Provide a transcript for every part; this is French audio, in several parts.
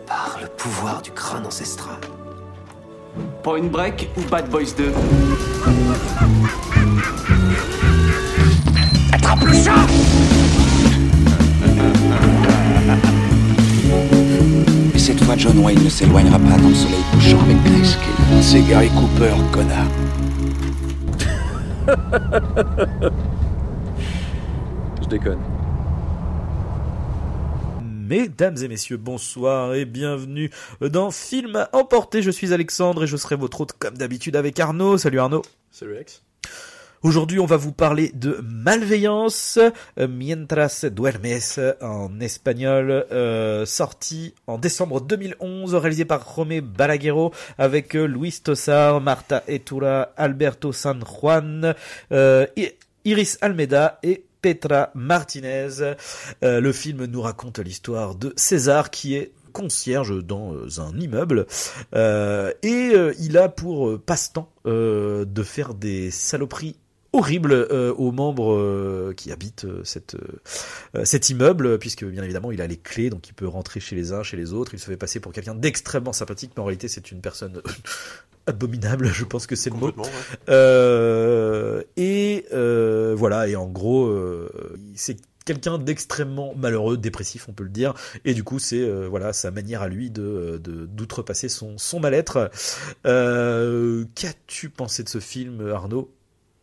par le pouvoir du crâne ancestral. Point Break ou Bad Boys 2? Attrape le chat! Et cette fois, John Wayne ne s'éloignera pas dans le soleil couchant avec Grayskull. C'est Gary Cooper, connard. Je déconne. Mesdames et messieurs, bonsoir et bienvenue dans Film Emporté. Je suis Alexandre et je serai votre hôte comme d'habitude avec Arnaud. Salut Arnaud. Salut Alex. Aujourd'hui, on va vous parler de Malveillance, Mientras Duermes en espagnol, sorti en décembre 2011, réalisé par Jaume Balagueró avec Luis Tosar, Marta Etura, Alberto San Juan, Iris Almeida et Petra Martinez. Le film nous raconte l'histoire de César qui est concierge dans un immeuble et il a pour passe-temps de faire des saloperies horribles aux membres qui habitent cet immeuble, puisque bien évidemment il a les clés, donc il peut rentrer chez les uns, chez les autres. Il se fait passer pour quelqu'un d'extrêmement sympathique, mais en réalité c'est une personne abominable, je pense que c'est le mot. Ouais. Voilà, et en gros c'est quelqu'un d'extrêmement malheureux, dépressif, on peut le dire, et du coup c'est voilà sa manière à lui d'outrepasser son mal-être. Qu'as-tu pensé de ce film, Arnaud?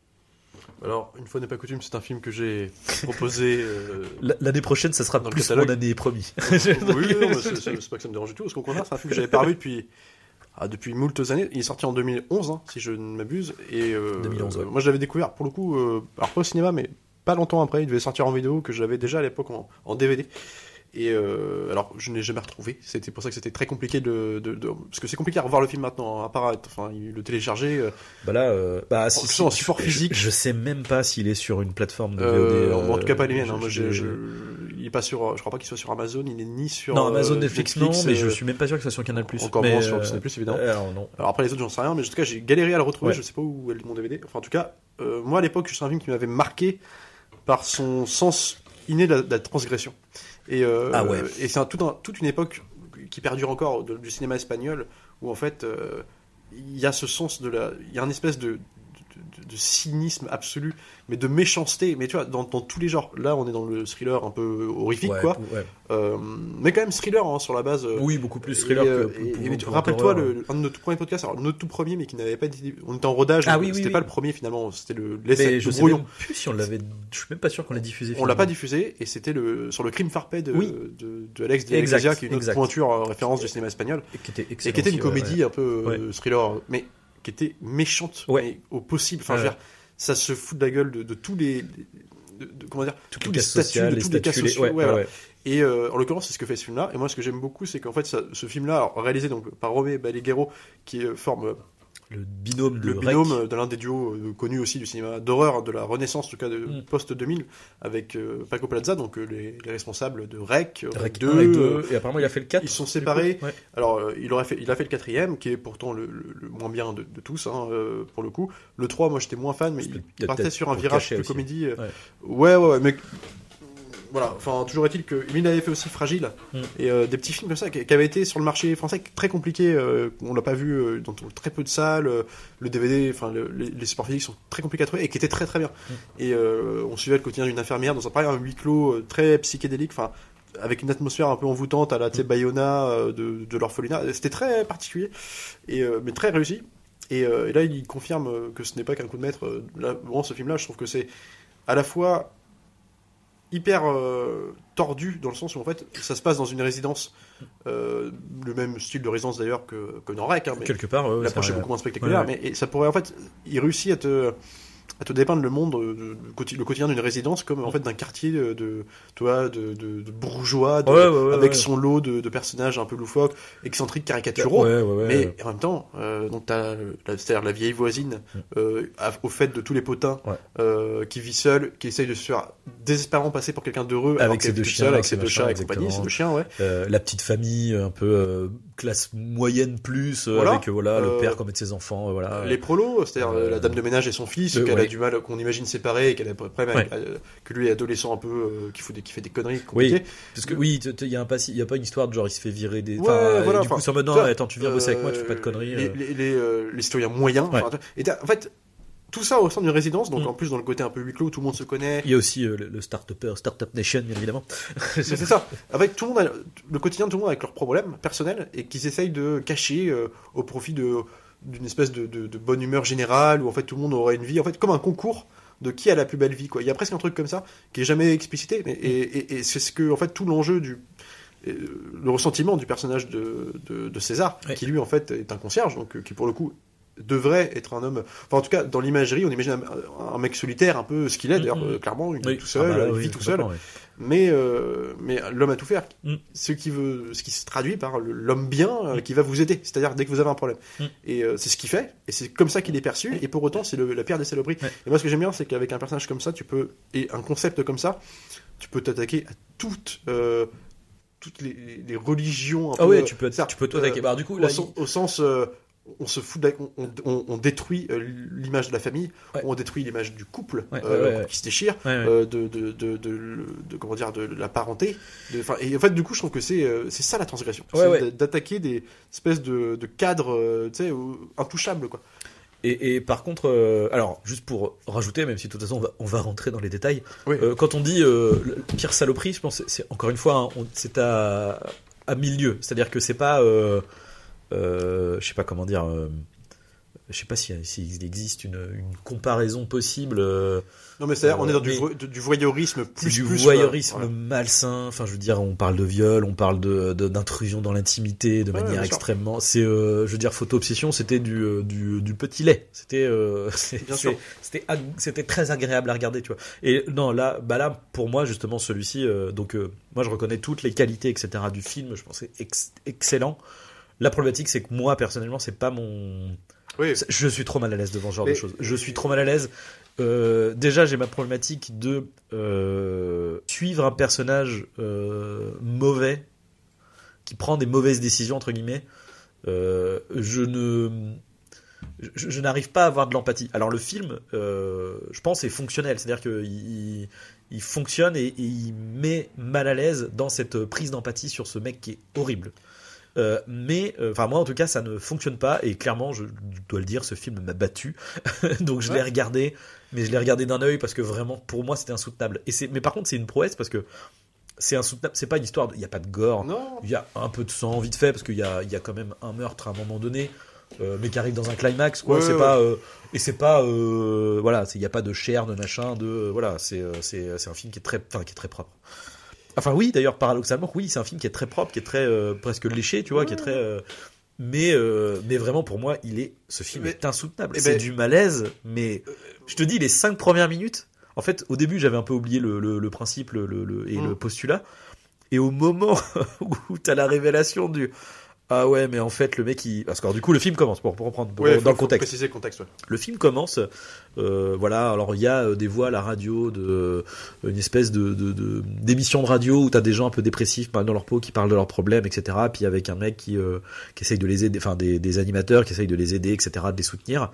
Alors, une fois n'est pas coutume, c'est un film que j'ai proposé. L'année prochaine, ça sera plus mon année, promis. Oui, non, c'est pas que ça me dérange du tout, parce qu'au contraire, c'est un film que j'avais pas revu depuis moultes années. Il est sorti en 2011, hein, si je ne m'abuse. Et 2011, ouais. Moi, je l'avais découvert, pour le coup, alors pas au cinéma, mais pas longtemps après. Il devait sortir en vidéo, que j'avais déjà à l'époque en DVD. Et alors, je n'ai jamais retrouvé. C'était pour ça que c'était très compliqué parce que c'est compliqué à revoir le film maintenant, à part le télécharger. Si, en support physique. Je sais même pas s'il est sur une plateforme de VOD. En tout cas, pas les miennes. Il est pas sur. Je crois pas qu'il soit sur Amazon. Il est ni sur. Non, Amazon, Netflix, non. Mais je suis même pas sûr que ce soit sur Canal+. Encore moins sur Disney+, évidemment. Non. Alors après les autres, j'en sais rien. Mais en tout cas, j'ai galéré à le retrouver. Ouais. Je sais pas où est mon DVD. Enfin, en tout cas, moi à l'époque, c'est un film qui m'avait marqué par son sens inné de la transgression. Et c'est toute une époque qui perdure encore du cinéma espagnol où en fait il y a ce sens il y a une espèce de cynisme absolu, mais de méchanceté, mais tu vois, dans tous les genres. Là, on est dans le thriller un peu horrifique, quoi. Ouais. Mais quand même thriller, hein, sur la base. Oui, beaucoup plus thriller rappelle-toi, un de nos tout premiers podcasts, alors notre tout premier, mais qui n'avait pas été. On était en rodage, c'était pas le premier finalement, c'était l'essai. Je sais même plus si on l'avait. Je suis même pas sûr qu'on l'a diffusé. On l'a pas diffusé, et c'était sur le Crime Farpé de Alex de Iglesia, qui est une autre pointure référence du cinéma espagnol. Et qui était une comédie un peu thriller, mais qui était méchante, mais au possible. Enfin, je veux dire, ça se fout de la gueule de tous les, comment dire, tous les statuts, de tous les cas sociaux. Voilà. Et en l'occurrence, c'est ce que fait ce film-là. Et moi, ce que j'aime beaucoup, c'est qu'en fait, ce film-là, alors, réalisé donc par Jaume Balagueró, qui forme le binôme de l'un des duos connus aussi du cinéma d'horreur de la Renaissance, en tout cas de post-2000, avec Paco Plaza, donc les responsables de REC 2, et apparemment il a fait le 4. Ils sont séparés. Ouais. Alors il a fait le 4e, qui est pourtant le moins bien de tous, hein, pour le coup. Le 3, moi j'étais moins fan, mais il partait sur un virage de comédie. Ouais, mais voilà, enfin toujours est-il qu'il avait fait aussi Fragile et des petits films comme ça qui avaient été sur le marché français très compliqués, on l'a pas vu dans très peu de salles, le DVD, enfin les supports physiques sont très compliqués à trouver et qui étaient très très bien. Et on suivait le quotidien d'une infirmière dans un huis clos très psychédélique, enfin avec une atmosphère un peu envoûtante à la Bayona de l'orphelinat. C'était très particulier mais très réussi. Et là il confirme que ce n'est pas qu'un coup de maître. Là, bon, ce film-là, je trouve que c'est à la fois hyper tordu dans le sens où en fait ça se passe dans une résidence, le même style de résidence d'ailleurs que dans REC, hein, mais quelque part l'approche est beaucoup moins spectaculaire, mais ça pourrait en fait, il réussit à te dépeindre le monde, le quotidien d'une résidence comme en fait d'un quartier de bourgeois, avec son lot de personnages un peu loufoques, excentriques, caricaturaux, mais en même temps donc c'est-à-dire la vieille voisine au fait de tous les potins, qui vit seule, qui essaye de se faire désespérément passer pour quelqu'un d'heureux avec ses deux chiens, avec ses deux chats et compagnie, ses deux chiens, la petite famille un peu classe moyenne plus, avec le père comme de ses enfants, les prolos, c'est-à-dire la dame de ménage et son fils, qu'elle a du mal, qu'on imagine séparé, et qu'elle a problème que lui est adolescent un peu, qui fait des conneries compliquées. Parce que il y a pas une histoire de genre il se fait virer des. Du coup, c'est en mode non, attends, tu viens bosser avec moi, tu fais pas de conneries. Les citoyens moyens. Et en fait. Tout ça au sein d'une résidence, donc en plus dans le côté un peu huis clos, tout le monde se connaît. Il y a aussi le Startup Nation, bien évidemment. C'est ça. Avec tout le monde, le quotidien de tout le monde avec leurs problèmes personnels et qu'ils essayent de cacher au profit d'une espèce de bonne humeur générale où en fait tout le monde aurait une vie, en fait comme un concours de qui a la plus belle vie, quoi. Il y a presque un truc comme ça qui est jamais explicité, et c'est ce que en fait tout l'enjeu le ressentiment du personnage de César, qui lui en fait est un concierge, donc qui pour le coup devrait être un homme, enfin en tout cas dans l'imagerie on imagine un mec solitaire un peu ce qu'il est d'ailleurs, clairement il vit tout seul, il vit tout seul, mais l'homme à tout faire, ce qui se traduit par l'homme bien qui va vous aider, c'est-à-dire dès que vous avez un problème, et c'est ce qu'il fait, et c'est comme ça qu'il est perçu, et pour autant c'est la pire des saloperies. Et moi ce que j'aime bien, c'est qu'avec un personnage comme ça et un concept comme ça, tu peux t'attaquer à toutes les religions un peu, tu peux t'attaquer du coup là, au sens on se fout on détruit l'image de la famille, on détruit l'image du couple qui se déchire, de comment dire, de la parenté, et en fait du coup je trouve que c'est ça la transgression, d'attaquer des espèces de cadres intouchables, quoi. Et par contre, alors juste pour rajouter, même si de toute façon on va rentrer dans les détails, quand on dit pire saloperie, je pense c'est encore une fois c'est à milieu, c'est-à-dire que c'est pas je sais pas comment dire, je sais pas s'il existe une comparaison possible. Non mais c'est-à-dire on est dans du voyeurisme plus voyeurisme malsain. Enfin je veux dire, on parle de viol, on parle d'intrusion dans l'intimité de manière extrêmement. C'est je veux dire, Photo Obsession, c'était du petit lait. C'était très agréable à regarder, tu vois. Et non là pour moi justement celui-ci, moi je reconnais toutes les qualités etc du film. Je pense que c'est excellent. La problématique, c'est que moi, personnellement, c'est pas mon... Je suis trop mal à l'aise devant ce genre de choses. Je suis trop mal à l'aise. Déjà, j'ai ma problématique de suivre un personnage mauvais, qui prend des mauvaises décisions, entre guillemets. Je n'arrive pas à avoir de l'empathie. Alors, le film, je pense, est fonctionnel. C'est-à-dire qu'il fonctionne et il met mal à l'aise dans cette prise d'empathie sur ce mec qui est horrible. Mais moi en tout cas ça ne fonctionne pas, et clairement je dois le dire, ce film m'a battu. Donc je l'ai regardé, mais je l'ai regardé d'un œil parce que vraiment pour moi c'était insoutenable. Mais par contre c'est une prouesse parce que c'est insoutenable. C'est pas une histoire, il y a pas de gore, il y a un peu de sang vite fait parce qu'il y a quand même un meurtre à un moment donné, mais qui arrive dans un climax, quoi. Et c'est pas voilà, il y a pas de chair, de machin, c'est un film qui est très propre. Enfin oui, d'ailleurs paradoxalement, c'est un film qui est très propre, qui est très presque léché, tu vois, qui est très mais vraiment pour moi, ce film est insoutenable. C'est du malaise, mais je te dis les 5 premières minutes, en fait, au début, j'avais un peu oublié le principe le postulat, et au moment où tu as la révélation du ah ouais, mais en fait le mec parce que du coup le film commence pour reprendre dans le contexte. Faut préciser le contexte. Le film commence, alors il y a des voix à la radio, une espèce d'émission de radio où t'as des gens un peu dépressifs dans leur peau qui parlent de leurs problèmes, etc. Puis avec un mec qui essaye de les aider, enfin des animateurs qui essayent de les aider, etc., de les soutenir.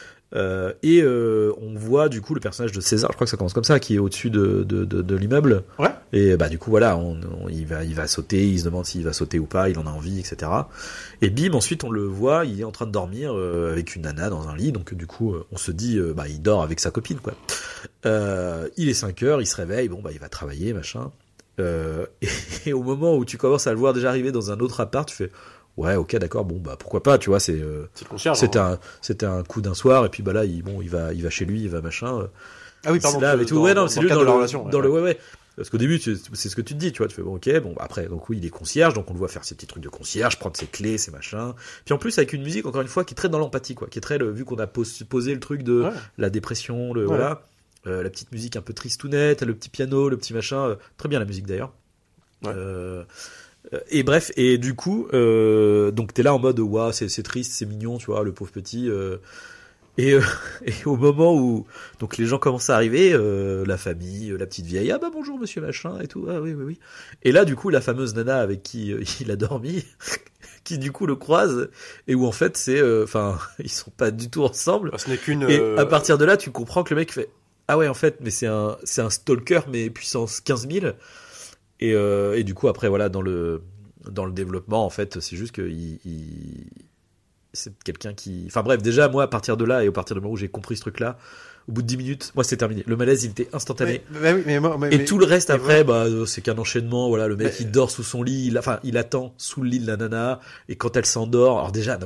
On voit du coup le personnage de César, je crois que ça commence comme ça, qui est au-dessus de l'immeuble. Ouais. Et du coup voilà, il va sauter, il se demande s'il va sauter ou pas, il en a envie, etc. Et bim, ensuite on le voit, il est en train de dormir avec une nana dans un lit, donc du coup on se dit il dort avec sa copine, quoi. Il est 5 heures, il se réveille, il va travailler, machin. Et au moment où tu commences à le voir déjà arriver dans un autre appart, tu fais ouais, ok, d'accord, pourquoi pas, tu vois, c'était un coup d'un soir, et puis là, il va chez lui, il va machin. Ah oui, pardon. Là, avec tout. C'est lui dans la relation. Dans ouais. Parce qu'au début, c'est ce que tu te dis, tu vois, tu fais après, donc oui, il est concierge, donc on le voit faire ses petits trucs de concierge, prendre ses clés, ses machins. Puis en plus, avec une musique, encore une fois, qui est très dans l'empathie, quoi, qui est très, vu qu'on a posé le truc de la dépression, voilà, la petite musique un peu tristounette, le petit piano, le petit machin, très bien la musique d'ailleurs. Ouais. Et bref, et du coup, donc t'es là en mode waouh, c'est triste, c'est mignon, tu vois, le pauvre petit. Et au moment où donc les gens commencent à arriver, la famille, la petite vieille, bonjour monsieur machin et tout, oui. Et là du coup la fameuse nana avec qui il a dormi qui du coup le croise et où en fait c'est, ils sont pas du tout ensemble. Ce n'est qu'une. Et à partir de là, tu comprends que le mec fait ah ouais en fait, mais c'est un stalker mais puissance 15 000. Et du coup après voilà dans le développement en fait c'est juste que c'est quelqu'un qui, enfin bref, déjà moi à partir de là et à partir du moment où j'ai compris ce truc là, au bout de 10 minutes moi c'est terminé, le malaise il était instantané. Tout le reste après c'est qu'un enchaînement, voilà, le mec il dort sous son lit, il attend sous le lit de la nana et quand elle s'endort, alors déjà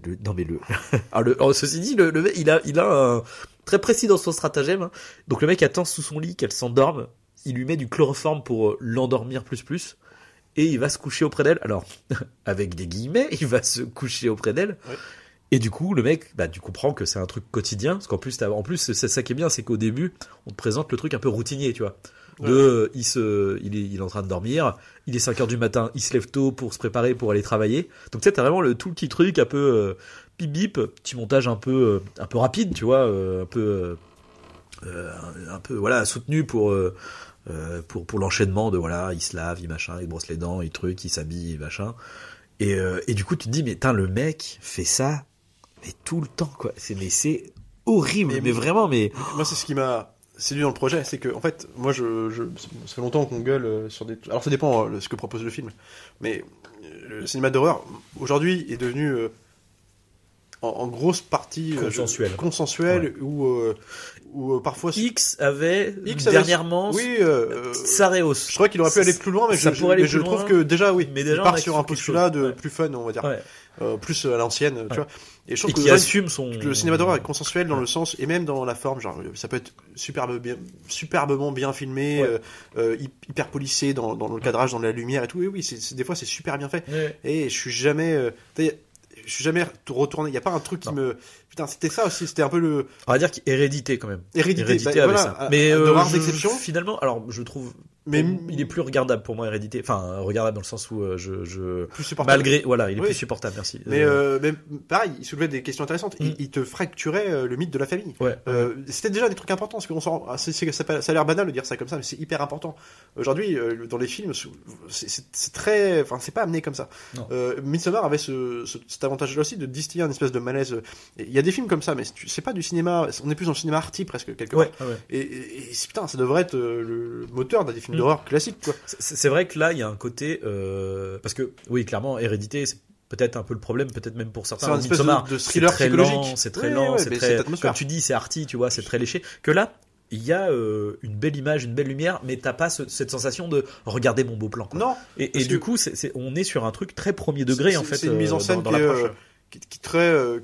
ceci dit le mec il a un très précis dans son stratagème, hein. Donc le mec attend sous son lit qu'elle s'endorme, il lui met du chloroforme pour l'endormir plus et il va se coucher auprès d'elle. Alors, avec des guillemets, il va se coucher auprès d'elle. Ouais. Et du coup, le mec, tu comprends que c'est un truc quotidien. Parce qu'en plus, c'est ça qui est bien, c'est qu'au début, on te présente le truc un peu routinier, tu vois. Il est en train de dormir, il est 5h du matin, il se lève tôt pour se préparer pour aller travailler. Donc tu sais, t'as vraiment tout le petit truc un peu bip bip, petit montage un peu rapide, tu vois, un peu voilà, soutenu pour l'enchaînement de voilà, il se lave, il machin, il brosse les dents, il s'habille, machin. Et du coup, tu te dis, mais le mec fait ça, mais tout le temps, quoi. C'est horrible, mais vraiment, mais. Moi, c'est ce qui m'a séduit dans le projet, c'est que, en fait, moi, ça fait longtemps qu'on gueule sur des. Alors, ça dépend de ce que propose le film. Mais le cinéma d'horreur, aujourd'hui, est devenu. En grosse partie consensuel ouais. Ou parfois X avait dernièrement Sareos. Je crois qu'il aurait pu aller plus loin, mais je trouve que déjà oui, mais déjà, il part sur un postulat plus fun, on va dire, plus à l'ancienne, tu vois. Et je trouve qui assume le cinéma d'horreur est consensuel dans le sens et même dans la forme, genre ça peut être superbement bien filmé, hyper policé dans le cadrage, dans la lumière et tout. Et oui, des fois c'est super bien fait. Et je suis jamais retourné, il y a pas un truc qui me putain, c'était ça aussi, c'était un peu le, on va dire qu'Hérédité quand même. Hérédité avait voilà, ça. Mais de rares exceptions finalement, alors je trouve il est plus regardable pour moi, Hérédité, enfin regardable dans le sens où plus supportable. Malgré voilà, il est plus supportable, merci. Mais pareil, il soulevait des questions intéressantes, il te fracturait le mythe de la famille. C'était déjà des trucs importants parce qu'on ça a l'air banal de dire ça comme ça, mais c'est hyper important. Aujourd'hui dans les films c'est très, enfin c'est pas amené comme ça. Midsommar avait cet avantage là aussi de distiller une espèce de malaise. Il y a des films comme ça, mais c'est pas du cinéma, on est plus dans le cinéma arty presque quelque part. Et putain, ça devrait être le moteur des films d'horreur classiques, quoi. C'est vrai que là il y a un côté parce que oui, clairement Hérédité c'est peut-être un peu le problème, peut-être même pour certains. C'est une espèce de thriller psychologique. C'est très lent, c'est très, comme tu dis, c'est arty, tu vois, c'est très léché. Que là il y a une belle image, une belle lumière, mais t'as pas cette sensation de regarder mon beau plan, quoi. Non. Et du coup, on est sur un truc très premier degré, en fait. C'est une mise en scène qui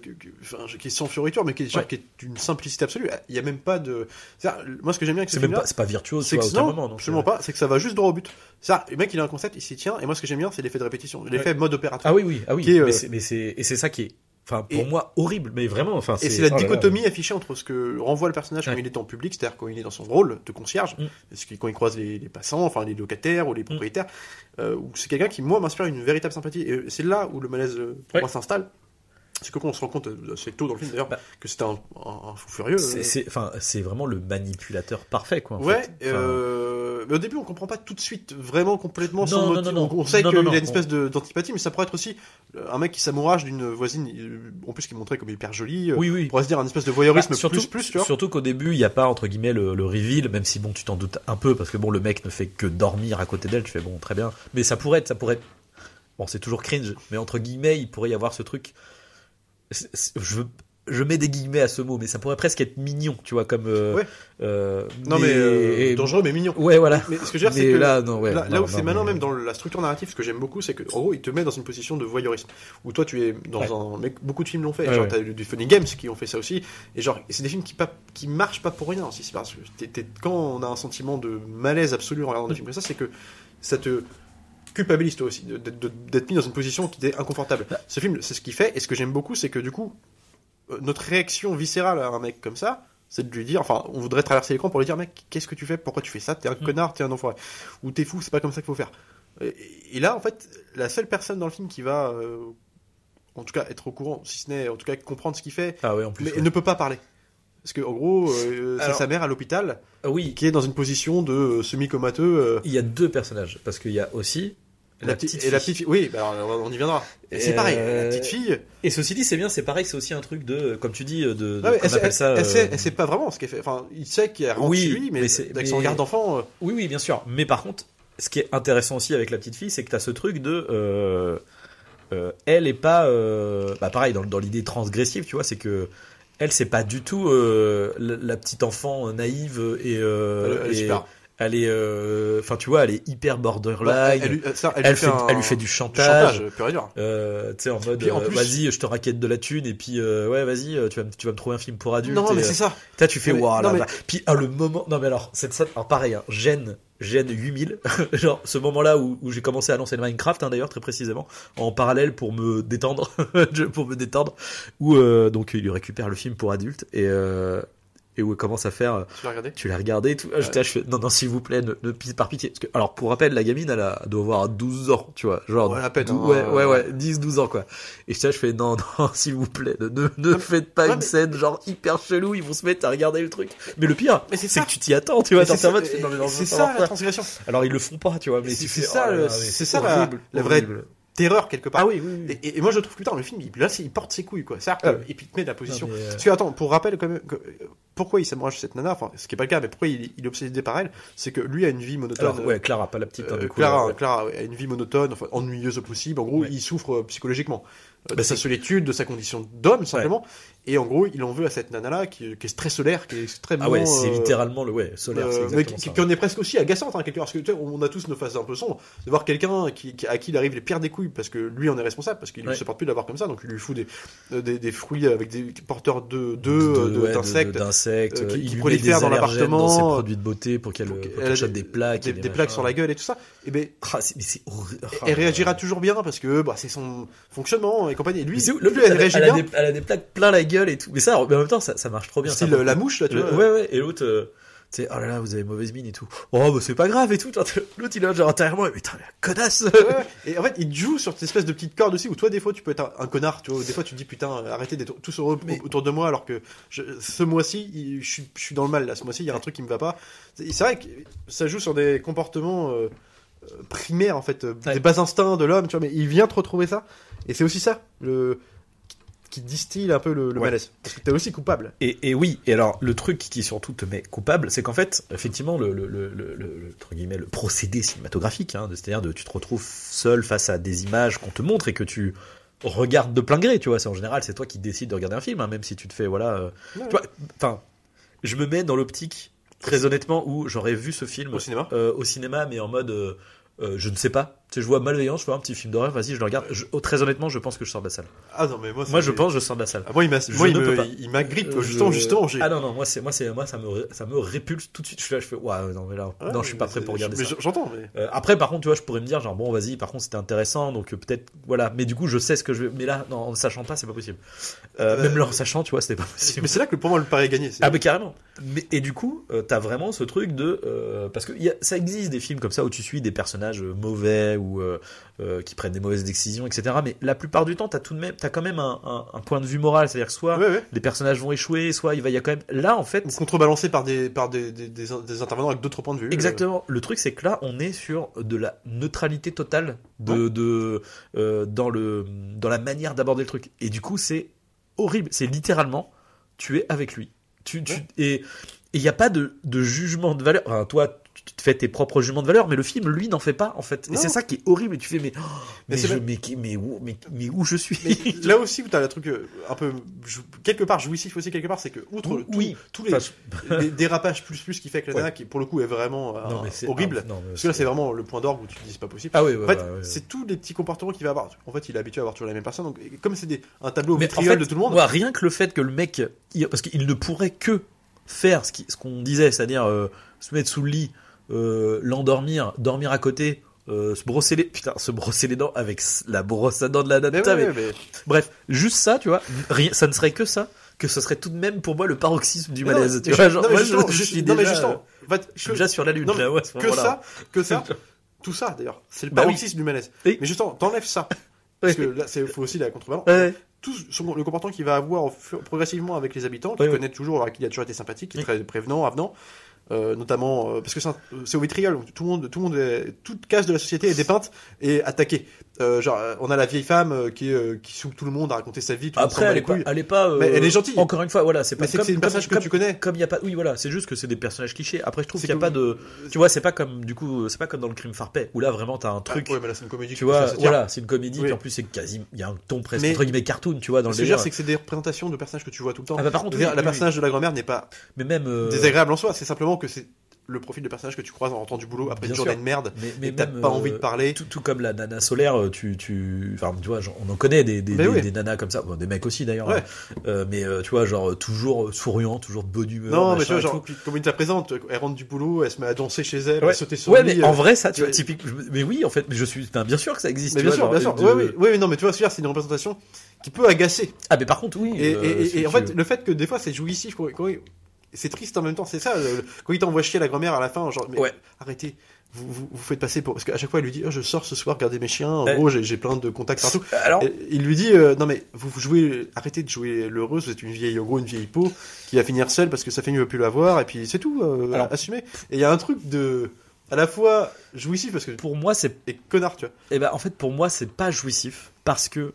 est sans fioriture, mais qui est d'une simplicité absolue. Il y a même pas de. Moi, ce que j'aime bien avec ce film-là, c'est pas virtuose, c'est que non, absolument pas. C'est que ça va juste droit au but. Le mec, il a un concept, il s'y tient. Et moi, ce que j'aime bien, c'est l'effet de répétition, l'effet mode opératoire. Ah oui. Et c'est ça qui est. Enfin, pour moi, horrible, mais vraiment. Et c'est la dichotomie affichée entre ce que renvoie le personnage quand il est en public, c'est-à-dire quand il est dans son rôle de concierge, quand il croise les passants, enfin les locataires ou les propriétaires, où c'est quelqu'un qui, moi, m'inspire une véritable sympathie. Et c'est là où le malaise, pour moi, s'installe. C'est que quand on se rend compte assez tôt dans le film d'ailleurs que c'était un fou furieux. C'est vraiment le manipulateur parfait, quoi. Mais au début on comprend pas tout de suite vraiment complètement son motif. On sait qu'il y a une espèce d'antipathie, mais ça pourrait être aussi un mec qui s'amourage d'une voisine, en plus qui est montré comme hyper jolie. On pourrait se dire un espèce de voyeurisme plus, tu vois. Surtout qu'au début il y a pas entre guillemets le reveal, même si bon tu t'en doutes un peu parce que bon le mec ne fait que dormir à côté d'elle, tu fais bon très bien, mais ça pourrait être bon c'est toujours cringe, mais entre guillemets il pourrait y avoir ce truc. Je mets des guillemets à ce mot, mais ça pourrait presque être mignon, tu vois, comme. Dangereux mais mignon. Ouais, voilà. Mais ce que je veux dire, c'est que là où c'est malin, même dans la structure narrative, ce que j'aime beaucoup, c'est que en gros, il te met dans une position de voyeurisme. Où toi, tu es dans un. Beaucoup de films l'ont fait. Genre, t'as du Funny Games qui ont fait ça aussi. Et genre, c'est des films qui marchent pas pour rien aussi. C'est parce que quand on a un sentiment de malaise absolu en regardant des films comme ça, c'est que ça te culpabilise toi aussi d'être mis dans une position qui est inconfortable. Ce film, c'est ce qu'il fait, et ce que j'aime beaucoup, c'est que du coup, notre réaction viscérale à un mec comme ça, c'est de lui dire, enfin, on voudrait traverser l'écran pour lui dire, mec, qu'est-ce que tu fais, pourquoi tu fais ça, t'es un connard, t'es un enfoiré, ou t'es fou, c'est pas comme ça qu'il faut faire. Et là, en fait, la seule personne dans le film qui va, en tout cas, être au courant, si ce n'est, en tout cas, comprendre ce qu'il fait, mais ne peut pas parler. Parce que en gros, c'est sa mère à l'hôpital, qui est dans une position de semi-comateux. Il y a deux personnages, parce qu'il y a aussi La petite fille, oui, bah alors on y viendra. C'est pareil, la petite fille. Et ceci dit, c'est bien, c'est pareil, c'est aussi un truc de, comme tu dis, elle sait pas vraiment ce qu'elle fait. Enfin, il sait qu'il rentre chez lui, mais avec son regard d'enfant. Oui, bien sûr. Mais par contre, ce qui est intéressant aussi avec la petite fille, c'est que t'as ce truc de, elle est pas, pareil dans l'idée transgressive, tu vois, c'est que elle, c'est pas du tout la petite enfant naïve et elle est, enfin tu vois, elle est hyper borderline. Elle lui fait du chantage pur et dur. Tu sais, en mode, vas-y, je te raquette de la thune et puis ouais, vas-y, tu vas me trouver un film pour adultes. Non, mais c'est ça. Tu fais waouh là. Puis le moment, non mais alors cette scène, alors pareil, hein, gêne 8000, genre ce moment-là où j'ai commencé à lancer le Minecraft, hein, d'ailleurs très précisément, en parallèle pour me détendre, où donc il récupère le film pour adultes et où elle commence à faire. Tu l'as regardé et tout. Ouais. Je fais non, s'il vous plaît, ne par pitié. Parce que, alors, pour rappel, la gamine, elle doit avoir 12 ans, tu vois. Genre, à peine, 10-12 ans, quoi. Et je fais non, s'il vous plaît, ne faites pas une scène, genre, hyper chelou, ils vont se mettre à regarder le truc. Mais le pire, c'est que tu t'y attends, tu vois. C'est ça, la transgression. Alors, ils le font pas, tu vois. Mais c'est ça, la vraie terreur quelque part. Ah oui. Et moi je trouve que putain le film il porte ses couilles quoi. C'est-à-dire et puis il te met de la position. Parce que attends, pour rappel quand même, pourquoi il s'amourage cette nana, enfin ce qui est pas le cas, mais pourquoi il est obsédé par elle, c'est que lui a une vie monotone. Alors, Clara, pas la petite. Clara a une vie monotone, enfin ennuyeuse au possible. En gros, il souffre psychologiquement de sa solitude, de sa condition d'homme simplement. Et en gros, il en veut à cette nana-là qui est très solaire, qui est extrêmement. Ah ouais, c'est littéralement solaire. C'est exactement mais qui en est presque aussi agaçante, hein, quelque part. Parce que tu sais, on a tous nos phases un peu sombres. De voir quelqu'un à qui il arrive les pires des couilles, parce que lui en est responsable, parce qu'il ne supporte plus d'avoir comme ça, donc il lui fout des fruits avec des porteurs d'insectes, qui prolifèrent dans l'appartement, dans ses produits de beauté pour qu'elle achète des plaques, des plaques sur la gueule et tout ça. Et ben, elle réagira toujours bien parce que c'est son fonctionnement et compagnie. Lui, elle a des plaques plein la gueule et tout, mais ça en même temps ça marche trop bien. C'est la mouche là, tu vois. Ouais, et l'autre tu sais, oh là là, vous avez mauvaise mine et tout. Oh, bah c'est pas grave et tout. L'autre il est genre intérieurement, mais putain, la connasse. Et en fait, il joue sur cette espèce de petite corde aussi où toi, des fois, tu peux être un connard, tu vois. Des fois, tu te dis putain, arrêtez d'être tous heureux autour de moi alors que ce mois-ci, je suis dans le mal là. Ce mois-ci, il y a un truc qui me va pas. C'est vrai que ça joue sur des comportements primaires en fait, des bas instincts de l'homme, tu vois. Mais il vient te retrouver ça. Et c'est aussi ça, qui distille un peu le malaise. Parce que t'es aussi coupable. Et oui, et alors, le truc qui surtout te met coupable, c'est qu'en fait, effectivement, entre guillemets, le procédé cinématographique, hein, c'est-à-dire tu te retrouves seul face à des images qu'on te montre et que tu regardes de plein gré, tu vois. C'est en général, c'est toi qui décides de regarder un film, hein, même si tu te fais, tu vois, enfin, je me mets dans l'optique, très honnêtement, où j'aurais vu ce film au cinéma, mais en mode, je ne sais pas. Tu sais, je vois Malveillance, je vois un petit film d'horreur, vas-y, je le regarde. Très honnêtement, je pense que je sors de la salle. Ah non, mais moi je pense que je sors de la salle. Moi, il m'agrippe, justement. Ah non, moi, ça me répulse tout de suite. Je suis là, je fais, ouais, non, mais là, non, je suis pas prêt pour regarder ça. J'entends, mais. Après, par contre, tu vois, je pourrais me dire, genre, bon, vas-y, par contre, c'était intéressant, donc peut-être, voilà. Mais du coup, je sais ce que je vais. Mais là, non, en sachant pas, c'est pas possible. Même là, en sachant, tu vois, c'était pas possible. Mais c'est là que pour moi, le pari est gagné. Ah, mais carrément. Et du coup, t'as vraiment ce truc de. Parce que ça existe des films comme ça où tu suis des personnages mauvais ou. Qui prennent des mauvaises décisions, etc. Mais la plupart du temps, t'as quand même un point de vue moral, c'est-à-dire que soit les personnages vont échouer, soit il y a quand même. Là, en fait, ou contrebalancé par des intervenants avec d'autres points de vue. Exactement. Le truc, c'est que là, on est sur de la neutralité totale dans la manière d'aborder le truc. Et du coup, c'est horrible. C'est littéralement, tu es avec lui. Et il n'y a pas de jugement de valeur. Enfin, toi, tu te fais tes propres jugements de valeur, mais le film, lui, n'en fait pas, en fait. Et c'est ça qui est horrible. Et tu fais, mais où je suis? Mais là aussi, où t'as le truc un peu, quelque part, jouissif aussi, quelque part, c'est que, outre tous les dérapages plus qui fait que la nana, qui, pour le coup, est vraiment horrible. Parce que là, c'est vraiment le point d'orgue où tu te dis, c'est pas possible. Ah oui, en fait, c'est tous les petits comportements qu'il va avoir. En fait, il est habitué à avoir toujours la même personne. Donc, comme c'est un tableau vitriol de tout le monde. Rien que le fait que le mec, parce qu'il ne pourrait que faire ce qu'on disait, c'est-à-dire, se mettre sous le lit, l'endormir, dormir à côté, se brosser les dents avec la brosse à dents de la nana. Bref, juste ça, tu vois, ça ne serait que ça, que ce serait tout de même pour moi le paroxysme du malaise. Je suis déjà sur la lune. Que ça, tout ça d'ailleurs, c'est le paroxysme du malaise. Mais justement, t'enlèves ça, parce que là, faut aussi la contrebalance. Tout le comportement qu'il va avoir progressivement avec les habitants, qu'il connaît toujours, qu'il a toujours été sympathique, qui est très prévenant, avenant. notamment parce que c'est au vitriol, donc toute case de la société est dépeinte et attaquée. On a la vieille femme qui saoule tout le monde à raconter sa vie. Après, elle est pas. Mais elle est gentille. Encore une fois, voilà, c'est pas. Mais c'est une personnage que tu connais. Comme il y a pas. Oui, voilà, c'est juste que c'est des personnages clichés. Après, je trouve qu'il y a pas de. Tu vois, c'est pas comme dans le Crime Farpais où là vraiment t'as un truc. Ouais, mais là c'est une comédie. Tu vois, voilà, c'est une comédie. Puis en plus c'est quasi, il y a un ton presque entre guillemets cartoon, tu vois, dans le délire. C'est que c'est des représentations de personnages que tu vois tout le temps. Par contre, la personnage de la grand-mère n'est pas. Mais même désagréable en soi. C'est simplement que c'est le profil de personnage que tu croises en rentrant du boulot après une journée de merde, mais t'as pas envie de parler. Tout comme la nana solaire, enfin, tu vois, on en connaît des nanas comme ça, bon, des mecs aussi d'ailleurs, mais tu vois, genre toujours souriant, toujours de bonne humeur. Non, mais tu vois, genre, comme il te la présente, elle rentre du boulot, elle se met à danser chez elle, à sauter sur le lit. Mais en vrai, ça, tu vois, typique. Mais oui, en fait, mais bien sûr que ça existe. Mais bien sûr. Oui, non, mais tu vois, c'est une représentation qui peut agacer. Ah, mais par contre, oui. Et en fait, le fait que des fois c'est jouissif, c'est triste en même temps, c'est ça. Quand il t'envoie chier la grand-mère à la fin, genre, mais arrêtez, vous faites passer pour. Parce qu'à chaque fois, elle lui dit, je sors ce soir, regardez mes chiens, en gros, j'ai plein de contacts partout. Alors, il lui dit, non mais, vous jouez, arrêtez de jouer l'heureuse, vous êtes une vieille peau, qui va finir seule parce que sa famille ne veut plus la voir, et puis c'est tout, assumez. Et il y a un truc à la fois jouissif, parce que. Pour moi, et connard, tu vois. Et ben, en fait, pour moi, c'est pas jouissif, parce que,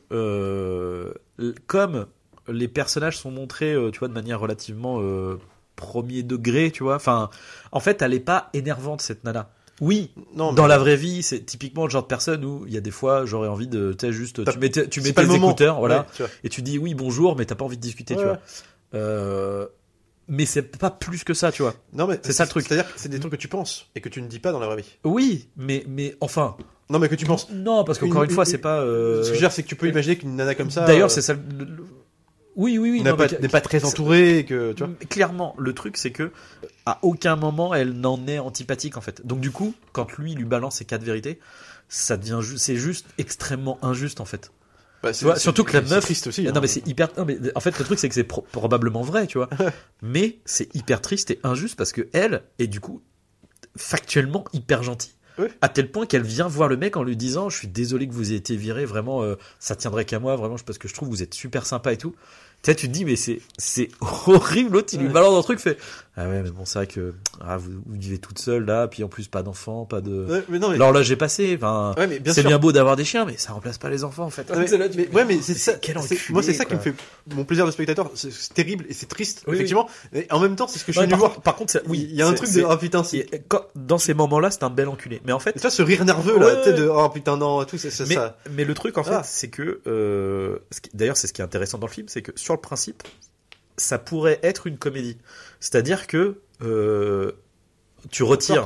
comme les personnages sont montrés, tu vois, de manière relativement, premier degré, tu vois. Enfin, en fait, elle est pas énervante, cette nana. Oui, dans la vraie vie, c'est typiquement le genre de personne où il y a des fois, j'aurais envie de, tu sais, juste, tu mets tes écouteurs, voilà, et tu dis oui, bonjour, mais t'as pas envie de discuter, tu vois. Mais c'est pas plus que ça, tu vois. Non, mais c'est ça le truc. C'est-à-dire que c'est des trucs que tu penses et que tu ne dis pas dans la vraie vie. Oui, mais enfin. Non, mais que tu penses. Non, parce qu'encore une fois, c'est pas. Ce que je veux dire, c'est que tu peux imaginer qu'une nana comme ça. D'ailleurs, c'est ça. Oui. N'est pas très entourée, que tu vois. Clairement, le truc, c'est que à aucun moment elle n'en est antipathique en fait. Donc du coup, quand lui lui balance ses 4 vérités, ça devient c'est juste extrêmement injuste en fait. Tu vois, surtout que la meuf. Triste aussi. Non mais c'est hyper. Non mais en fait le truc c'est que c'est probablement vrai, tu vois. Mais c'est hyper triste et injuste parce que elle est du coup factuellement hyper gentille. Oui. À tel point qu'elle vient voir le mec en lui disant je suis désolé que vous ayez été viré, vraiment ça tiendrait qu'à moi, vraiment parce que je trouve que vous êtes super sympa et tout. Tu sais, tu te dis mais c'est horrible, l'autre il lui balance un truc, fait ah ouais mais bon c'est vrai que vous vivez toute seule là, puis en plus pas d'enfants, pas de. Ouais, mais non, mais... Alors là j'ai passé, enfin c'est sûr. Bien beau d'avoir des chiens mais ça remplace pas les enfants en fait. Mais c'est ça. Moi c'est ça qui me fait mon plaisir de spectateur. C'est terrible et c'est triste effectivement. Mais en même temps c'est ce que je suis venu voir. Par contre il y a un truc de putain dans ces moments-là c'est un bel enculé. Mais en fait. Et toi ce rire nerveux là, tu sais de putain non tout c'est ça. Mais le truc en fait c'est que d'ailleurs c'est ce qui est intéressant dans le film, c'est que sur le principe ça pourrait être une comédie, c'est-à-dire que tu retires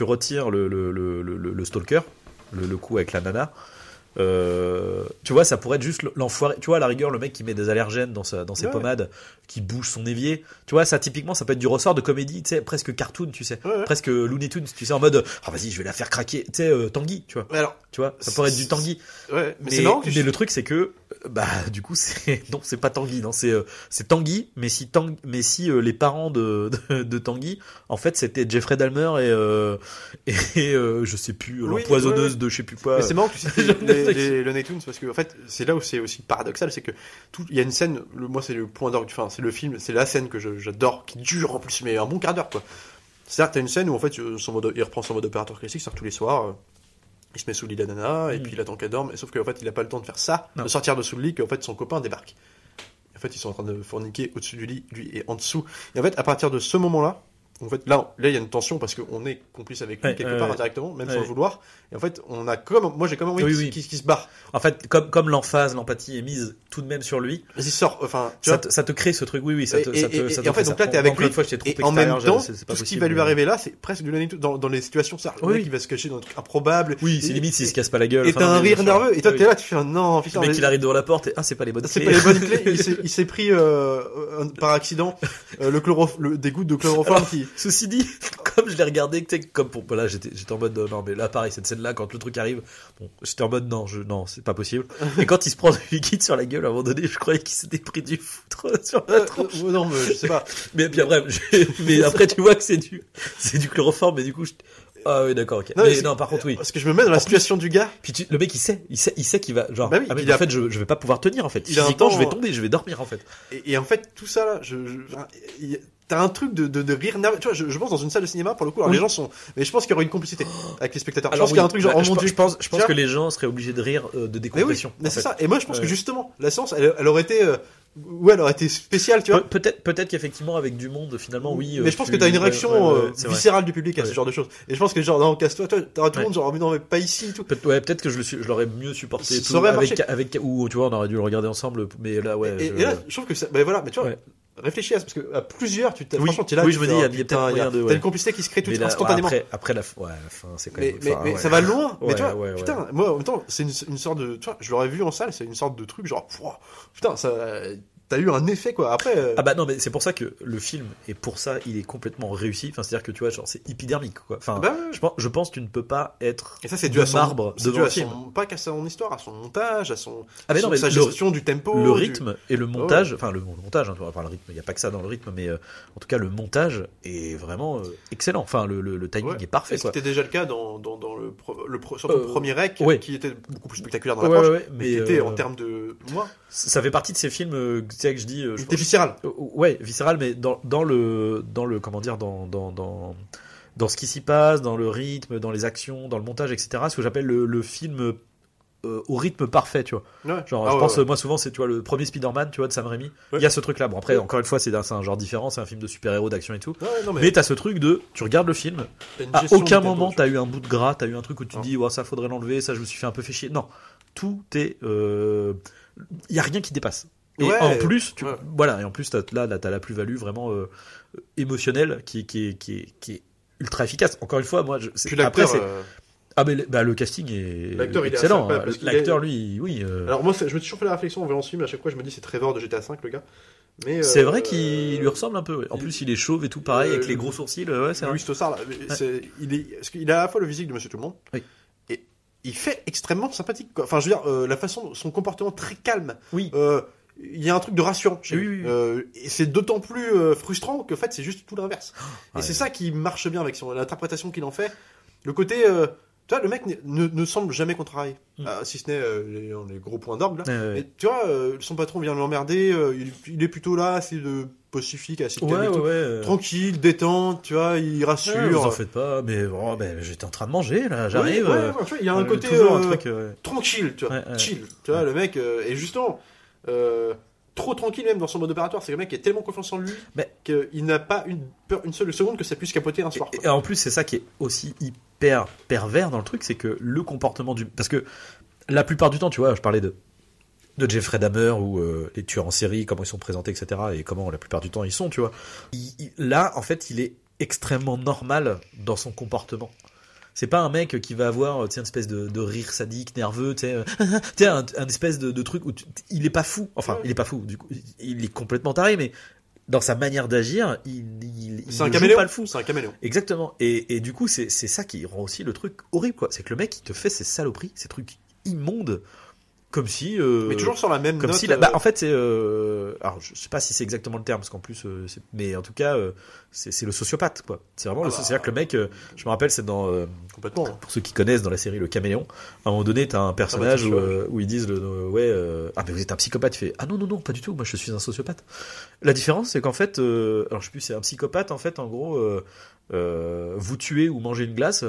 le stalker, le coup avec la nana. Tu vois, ça pourrait être juste l'enfoiré. Tu vois, à la rigueur, le mec qui met des allergènes dans ses pommades, qui bouge son évier. Tu vois, ça typiquement, ça peut être du ressort de comédie, tu sais, presque cartoon, tu sais, presque Looney Tunes, tu sais, en mode, vas-y, je vais la faire craquer, tu sais, Tanguy, tu vois. Alors, tu vois, ça pourrait être du Tanguy. Ouais, mais c'est marrant. Mais le truc, c'est que, du coup, c'est pas Tanguy, non, c'est Tanguy, mais si les parents de Tanguy, en fait, c'était Jeffrey Dahmer et je sais plus, l'empoisonneuse de je sais plus quoi. Mais c'est marrant que tu cites les Looney Tunes parce que en fait c'est là où c'est aussi paradoxal, c'est que il y a une scène, moi c'est le point d'orgue, enfin c'est le film, c'est la scène que j'adore, qui dure en plus mais un bon quart d'heure quoi. C'est-à-dire que t'as une scène où en fait il reprend son mode opérateur classique, sort tous les soirs, il se met sous le lit de la nana et puis il attend qu'elle dorme, sauf qu'en fait il a pas le temps de faire ça, de sortir de sous le lit, qu'en fait son copain débarque. En fait ils sont en train de forniquer au-dessus du lit, lui et en dessous. Et en fait à partir de ce moment-là, en fait, là, il y a une tension parce qu'on est complice avec lui quelque part indirectement, même sans le vouloir. Et en fait, moi j'ai comme envie qu'il se barre. En fait, comme l'emphase, l'empathie est mise tout de même sur lui. Il sort, enfin, tu vois. Ça te crée ce truc, oui, ça te. Et en fait, donc là, t'es avec lui. Et en même temps, tout ce qui va lui arriver là, c'est presque du dans les situations, ça. Le mec, il va se cacher dans un truc improbable. Oui, c'est limite s'il se casse pas la gueule. Et t'as un rire nerveux. Et toi, t'es là, tu fais non, putain. Le mec, il arrive devant la porte et c'est pas les bonnes clés. C'est pas les bonnes clés. Il s'est pris par accident des gouttes de chloroforme qui. Ceci dit. Comme je l'ai regardé, tu sais, comme pour là, j'étais en mode non, mais là, pareil, cette scène-là, quand le truc arrive, bon, j'étais en mode non, c'est pas possible. Et quand il se prend du liquide sur la gueule, à un moment donné, je croyais qu'il s'était pris du foutre sur la tronche. Non, mais je sais pas. Mais puis après, mais après, tu vois que c'est du chloroforme, mais du coup, ah oui, d'accord, ok. Non, par contre, oui. Parce que je me mets dans la situation du gars. Puis le mec, il sait qu'il va, genre, bah oui, en fait, je vais pas pouvoir tenir, en fait. Physiquement, je vais tomber, je vais dormir, en fait. Et en fait, tout ça, là, t'as un truc de rire nerveux. Tu vois, je pense dans une salle de cinéma, pour le coup, alors les gens sont, mais je pense qu'il y aurait une complicité avec les spectateurs. Alors, je pense qu'il y a un truc genre, oh mon Dieu. Je pense que les gens seraient obligés de rire de décompression. Mais c'est ça. Et moi, je pense que justement, la séance, elle aurait été, elle aurait été spéciale, tu vois. Peut-être qu'effectivement, avec du monde, finalement, oui. Mais je pense que t'as une réaction viscérale du public à ce genre de choses. Et je pense que genre, non, casse-toi, t'auras tout le monde genre, mais non, mais pas ici, et tout. Peut-être que je l'aurais mieux supporté. Ça aurait marché. Ou tu vois, on aurait dû le regarder ensemble, mais là, ouais. Et là, je trouve que ça, mais voilà, mais tu vois. Réfléchis à ça, parce que à plusieurs, franchement, tu es là. Oui, je me dis, il y a peut-être moyen de. T'as une complicité qui se crée tout instantanément. Après la fin, c'est quand même. Mais ça va loin. Mais tu vois, putain, moi, en même temps, c'est une sorte de. Tu vois, je l'aurais vu en salle, c'est une sorte de truc genre, putain, ça. T'as eu un effet quoi. Après. Ah bah non, mais c'est pour ça que le film, et pour ça, il est complètement réussi. Enfin, c'est-à-dire que tu vois, genre, c'est épidermique quoi. Enfin, je pense que tu ne peux pas être. Et ça, c'est dû à son marbre devant le film. Pas qu'à son histoire, à son montage, à son. Sa gestion du tempo. Le rythme et le montage. Enfin, le montage. Enfin, le rythme. Il y a pas que ça dans le rythme, mais en tout cas, le montage est vraiment excellent. Enfin, le timing est parfait. C'était déjà le cas dans surtout le premier rec, qui était beaucoup plus spectaculaire dans l'approche, mais qui était en termes de. Ça fait partie de ces films que je dis. C'était viscéral. Ouais, viscéral, mais dans le comment dire, dans ce qui s'y passe, dans le rythme, dans les actions, dans le montage, etc. Ce que j'appelle le film au rythme parfait, tu vois. Ouais. Genre, je pense, moi souvent, c'est, tu vois, le premier Spider-Man, tu vois, de Sam Raimi. Il y a ce truc-là. Bon, après, encore une fois, c'est un genre différent, c'est un film de super-héros, d'action et tout. Mais t'as ce truc de, tu regardes le film, à aucun moment t'as eu un bout de gras, t'as eu un truc où tu te dis, ça faudrait l'enlever, ça je me suis fait un peu fait chier. Non. Tout est, y a rien qui dépasse. Et en plus, voilà, et en plus, t'as la plus-value vraiment émotionnelle qui est ultra efficace. Encore une fois, moi, après, c'est. Ah, mais le casting est excellent. L'acteur, lui, oui. Alors, moi, je me suis toujours fait la réflexion en voyant ce film, à chaque fois, je me dis, c'est Trevor de GTA V, le gars. Mais c'est vrai qu'il lui ressemble un peu. Ouais. En plus, il est chauve et tout, pareil, avec les gros sourcils. Ouais, c'est vrai. Louis Stossard, il a à la fois le physique de Monsieur Tout le Monde. Oui. Et il fait extrêmement sympathique, quoi. Enfin, je veux dire, la façon, son comportement très calme. Oui. Il y a un truc de rassurant chez lui. Et c'est d'autant plus frustrant que, en fait, c'est juste tout l'inverse. Et c'est ça qui marche bien avec l'interprétation qu'il en fait. Le côté. Tu vois, le mec ne semble jamais contrarié, si ce n'est les gros points d'orgue là. Et tu vois, son patron vient l'emmerder, il est plutôt là, assez de pacifique, assez calme, tranquille, détente, tu vois, il rassure. Vous en faites pas, mais j'étais en train de manger là, j'arrive. Tu vois, il y a un côté un truc, tranquille, tu vois, chill. Tu vois, le mec est justement trop tranquille même dans son mode opératoire. C'est que le mec qui a tellement confiance en lui qu'il n'a pas une seule seconde que ça puisse capoter un soir. Et en plus, c'est ça qui est aussi hyper pervers dans le truc, c'est que le comportement parce que la plupart du temps, tu vois, je parlais de Jeffrey Dahmer ou les tueurs en série, comment ils sont présentés, etc. et comment la plupart du temps ils sont, tu vois. Là, en fait, il est extrêmement normal dans son comportement. C'est pas un mec qui va avoir une espèce de rire sadique, nerveux, un espèce de truc où il est pas fou. Enfin, il est pas fou. Du coup, il est complètement taré, mais dans sa manière d'agir, il ne joue pas le fou. C'est un caméléon. Exactement. Et du coup, c'est ça qui rend aussi le truc horrible, quoi. C'est que le mec, il te fait ces saloperies, ces trucs immondes. Comme si. Mais toujours sur la même comme note. Si en fait, c'est. Alors, je sais pas si c'est exactement le terme, parce qu'en plus, mais en tout cas, c'est le sociopathe, quoi. C'est vraiment c'est-à-dire que le mec, je me rappelle, c'est dans. Complètement. Pour ceux qui connaissent dans la série Le Caméléon, à un moment donné, t'as un personnage où ils disent mais vous êtes un psychopathe. Il fait non, pas du tout. Moi, je suis un sociopathe. La différence, c'est qu'en fait, alors je sais plus, c'est un psychopathe. En fait, en gros, vous tuer ou manger une glace.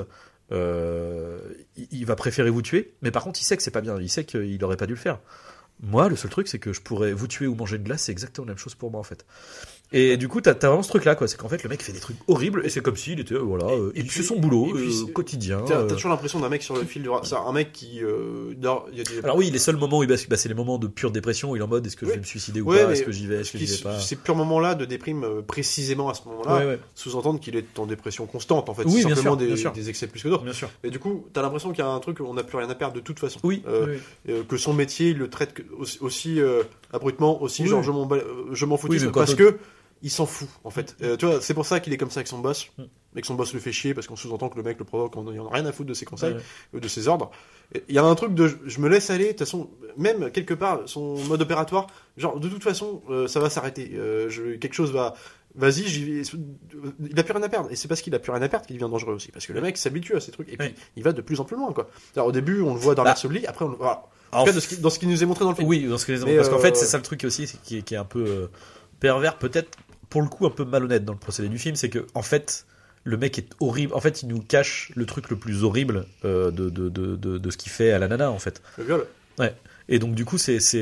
Il va préférer vous tuer, mais par contre il sait que c'est pas bien, il sait qu'il aurait pas dû le faire. Moi, le seul truc, c'est que je pourrais vous tuer ou manger de glace, c'est exactement la même chose pour moi en fait. Et du coup, t'as vraiment ce truc-là, quoi. C'est qu'en fait, le mec fait des trucs horribles et c'est comme s'il était, et puis c'est son boulot quotidien. T'as toujours l'impression d'un mec sur le fil du c'est un mec qui. Alors oui, les seuls moments où il bascule, c'est les moments de pure dépression. Il est en mode, est-ce que je vais me suicider ou pas, est-ce que j'y vais, est-ce que j'y vais pas. Ces purs moments-là de déprime précisément à ce moment-là sous-entendent qu'il est en dépression constante en fait. Oui, c'est simplement bien des excès plus que d'autres. Bien sûr. Et du coup, t'as l'impression qu'il y a un truc où on n'a plus rien à perdre de toute façon. Oui. Que son métier, il le traite aussi abruptement, aussi genre je m'en foutis parce que il s'en fout en fait. Tu vois, c'est pour ça qu'il est comme ça avec son boss, et que son boss le fait chier parce qu'on sous-entend que le mec le provoque, il en a rien à foutre de ses conseils, de ses ordres. Il y a un truc de je me laisse aller, de toute façon, même quelque part son mode opératoire, genre de toute façon ça va s'arrêter, quelque chose va, vas-y, il a plus rien à perdre, et c'est parce qu'il a plus rien à perdre qu'il devient dangereux aussi, parce que le mec s'habitue à ces trucs et puis il va de plus en plus loin, quoi. Alors, au début on le voit dans l'absolu, après voilà. En tout cas, dans ce qui nous est montré dans le film. Oui, dans ce qui parce qu'en fait c'est ça le truc aussi, qui est un peu pervers peut-être pour le coup un peu malhonnête dans le procédé du film, c'est que en fait le mec est horrible. En fait, il nous cache le truc le plus horrible de ce qu'il fait à la nana en fait. Le viol. Ouais. Et donc du coup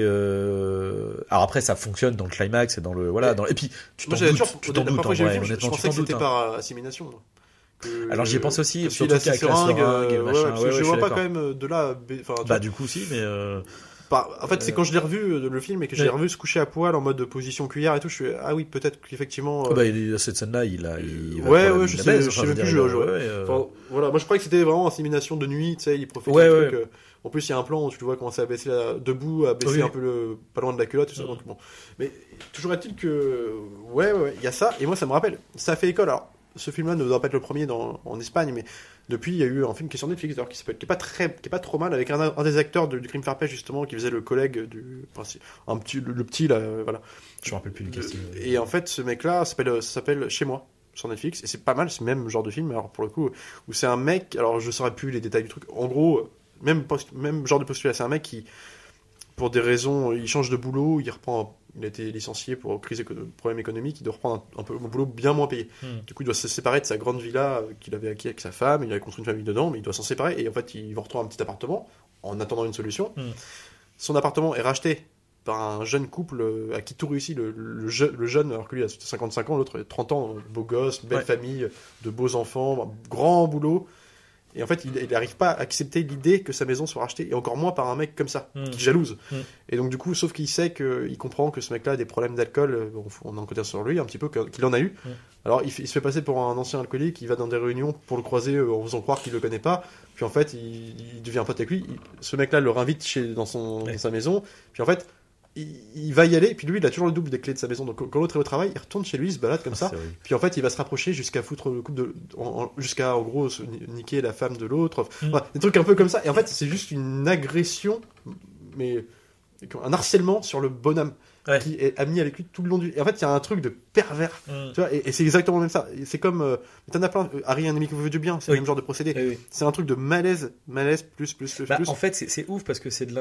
alors après ça fonctionne dans le climax et dans le et puis tu t'en doutes en vrai, je pensais que c'était par assimilation. Alors j'y ai pensé aussi, surtout avec la seringue et le machin. Je vois pas quand même de là. Du coup si, mais. En fait, c'est quand je l'ai revu le film et que j'ai revu se coucher à poil en mode position cuillère et tout, je suis oui peut-être qu'effectivement. Cette scène-là, il je sais même plus. Voilà, moi je croyais que c'était vraiment assimilation de nuit, tu sais, il profite du truc. En plus, il y a un plan où tu le vois commencer à baisser debout, à baisser un peu pas loin de la culotte, tout ça. Donc bon, mais toujours est-il que il y a ça et moi ça me rappelle, ça fait école. Alors ce film-là ne doit pas être le premier en Espagne, mais depuis il y a eu un film qui est sur Netflix d'ailleurs qui est pas trop mal, avec un des acteurs du Crime Fair Play justement, qui faisait le collègue le petit là, voilà. Je me rappelle plus du casting. Et en fait ce mec-là s'appelle Chez moi sur Netflix, et c'est pas mal, c'est le même genre de film, alors pour le coup, où c'est un mec, alors je saurais plus les détails du truc, en gros même genre de postulat, c'est un mec qui, pour des raisons, il change de boulot, il a été licencié pour problème économique, il doit reprendre un peu un boulot bien moins payé. Du coup, il doit se séparer de sa grande villa qu'il avait acquis avec sa femme, il avait construit une famille dedans, mais il doit s'en séparer, et en fait, il va retrouver un petit appartement en attendant une solution. Son appartement est racheté par un jeune couple à qui tout réussit, le jeune, alors que lui a 55 ans, l'autre 30 ans, beau gosse, belle famille, de beaux enfants, grand boulot. Et en fait, il n'arrive pas à accepter l'idée que sa maison soit rachetée, et encore moins par un mec comme ça, qui jalouse. Et donc, du coup, sauf qu'il sait il comprend que ce mec-là a des problèmes d'alcool, on en connaît sur lui un petit peu, qu'il en a eu. Alors, il se fait passer pour un ancien alcoolique, il va dans des réunions pour le croiser en faisant croire qu'il le connaît pas, puis en fait, il devient pote avec lui. Ce mec-là le réinvite dans sa maison, puis en fait, il va y aller, puis lui il a toujours le double des clés de sa maison, donc quand l'autre est au travail, il retourne chez lui, il se balade comme ça, puis en fait il va se rapprocher jusqu'à foutre le couple jusqu'à en gros niquer la femme de l'autre, des trucs un peu comme ça, et en fait c'est juste une agression, mais un harcèlement sur le bonhomme qui est ami avec lui tout le long du... Et en fait il y a un truc de pervers, tu vois, et c'est exactement même ça, c'est comme t'en as plein, Harry un ami qui vous veut du bien, c'est le même genre de procédé, c'est un truc de malaise plus. En fait c'est ouf parce que même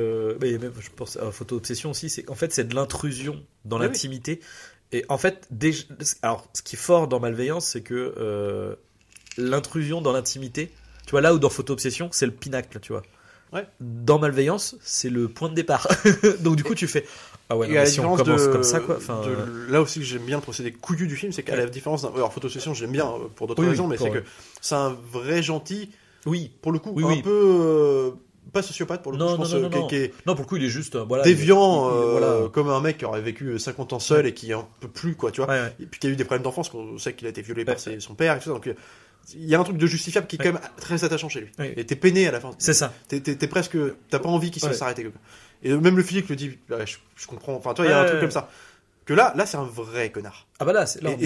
je pense à Photo Obsession aussi, c'est de l'intrusion dans l'intimité, et en fait alors ce qui est fort dans Malveillance, c'est que l'intrusion dans l'intimité, tu vois, là où dans Photo Obsession c'est le pinacle, tu vois. Dans Malveillance, c'est le point de départ. Donc du coup, tu fais si on commence comme ça, quoi. Là aussi, j'aime bien le procédé couillu du film, c'est qu'à la différence alors Photo Obsession, j'aime bien pour d'autres raisons, mais c'est que c'est un vrai gentil. Oui, pour le coup, un peu pas sociopathe pour le coup, je pense. Non, pour le coup, il est juste déviant, comme un mec qui aurait vécu 50 ans seul et qui en peut plus, quoi, tu vois. Et puis qui a eu des problèmes d'enfance, qu'on sait qu'il a été violé par son père et tout ça, donc il y a un truc de justifiable qui est quand même très attachant chez lui. Et t'es peiné à la fin. C'est ça. T'es presque, t'as pas envie qu'il se fasse arrêter. Et même le physique le dit, je comprends. Enfin, toi, il y a un truc comme ça. Que là, c'est un vrai connard. Ah bah là,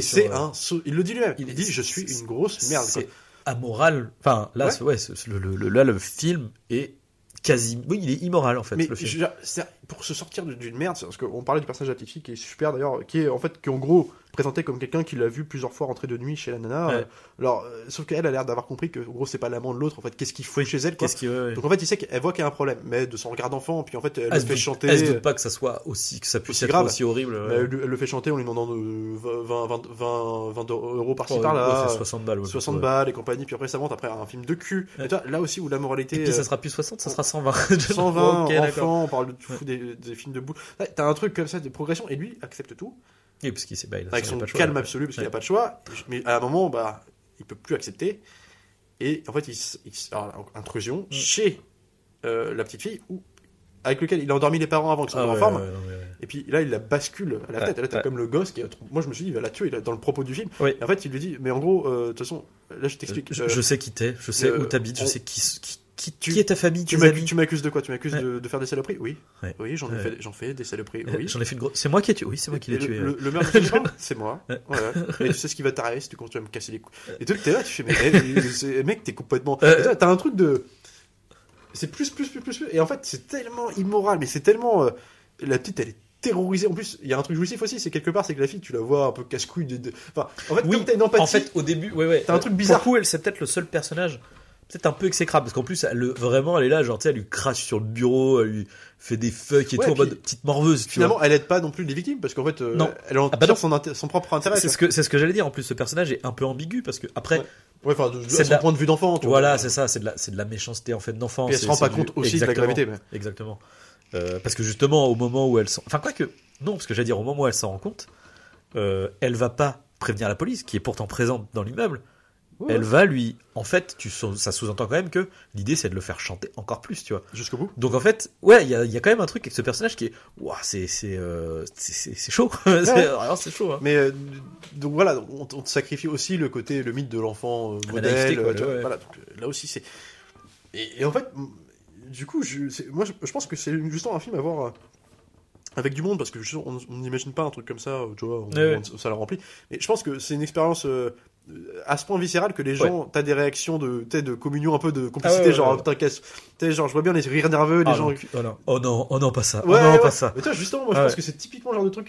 il le dit lui-même. Il dit, je suis une grosse merde. C'est amoral. Enfin, là, le film est quasi. Oui, il est immoral en fait. Mais le film. Pour se sortir d'une merde, parce qu'on parlait du personnage de la petite fille qui est super d'ailleurs, qui est en gros présenté comme quelqu'un qui l'a vu plusieurs fois rentrer de nuit chez la nana. Sauf qu'elle a l'air d'avoir compris que en gros c'est pas l'amant de l'autre. En fait, qu'est-ce qu'il faut chez elle, quoi. Donc en fait, il sait qu'elle voit qu'il y a un problème, mais de son regard d'enfant, puis en fait elle le fait chanter. Elle se doute pas que ça puisse être grave, aussi horrible. Elle le fait chanter en lui demandant 20 euros par-ci par-là. 60 balles. 60 balles et compagnie. Puis après ça monte après un film de cul. Et toi, là aussi où la moralité. Et puis ça sera plus 60, ça sera 120. 120 enfants, on parle des films de bout. T'as un truc comme ça de progression, et lui accepte tout. Et parce qu'il avec son calme absolu, parce qu'il n'y a pas de choix. Mais à un moment, il peut plus accepter. Et en fait, intrusion chez la petite fille, avec lequel il a endormi les parents avant qu'ils soient en forme. Et puis là, il la bascule à la tête. Et là, t'as comme le gosse qui est. Moi, je me suis dit, il va la tuer dans le propos du film. Et en fait, il lui dit, mais en gros, de toute façon, là, je t'explique. Je sais qui t'es, je sais où t'habites, je sais qui est ta famille, tu m'accuses de quoi? Tu m'accuses de faire des saloperies? Oui. Oui, j'en fais des saloperies. Oui. J'en ai fait une grosse. C'est moi qui ai tué. Oui, c'est moi qui l'ai tué. Le meurtre de Jean, c'est moi. Voilà. Et tu sais ce qui va t'arriver si tu continues à me casser les couilles. Et toi, t'es là, tu fais, mec, t'es complètement. T'as un truc de. C'est plus. Et en fait, c'est tellement immoral, mais c'est tellement. La petite, elle est terrorisée. En plus, il y a un truc jouissif aussi, c'est quelque part, c'est que la fille, tu la vois un peu casse-couille. Enfin, en fait, comme t'as une empathie. En fait, au début, t'as un truc bizarre. Pour le coup, c'est peut-être le seul personnage. peut-être un peu exécrable, parce qu'en plus, elle est là, genre, tu sais, elle lui crache sur le bureau, elle lui fait des fucks et tout, en mode petite morveuse, finalement, elle aide pas non plus les victimes, parce qu'en fait, elle en tire son propre intérêt. C'est ce que j'allais dire, en plus, ce personnage est un peu ambigu, parce que après. Ouais, enfin, c'est son point de vue d'enfant, tu vois. Voilà, c'est ça, c'est de la méchanceté, en fait, d'enfant. Et elle se rend pas compte aussi de la gravité, mais. Exactement. Parce que justement, au moment où elle s'en. Enfin, quoique. Non, parce que j'allais dire, au moment où elle s'en rend compte, elle va pas prévenir la police, qui est pourtant présente dans l'immeuble. Elle va lui, en fait, ça sous-entend quand même que l'idée c'est de le faire chanter encore plus, tu vois. Jusqu'au bout. Donc en fait, ouais, il y a quand même un truc avec ce personnage qui est, ouah, c'est chaud, vraiment c'est chaud. Hein. Mais donc voilà, on te sacrifie aussi le mythe de l'enfant modèle. Voilà, donc, là aussi c'est. Et en fait, du coup, moi je pense que c'est justement un film à voir. Avec du monde, parce que on n'imagine pas un truc comme ça, tu vois, ça la remplit. Mais je pense que c'est une expérience à ce point viscéral que les gens, t'as des réactions de communion, un peu de complicité, genre je vois bien les rires nerveux, les gens. Oh non, pas ça. Pas ça. Mais toi, justement, moi je pense que c'est typiquement le genre de truc.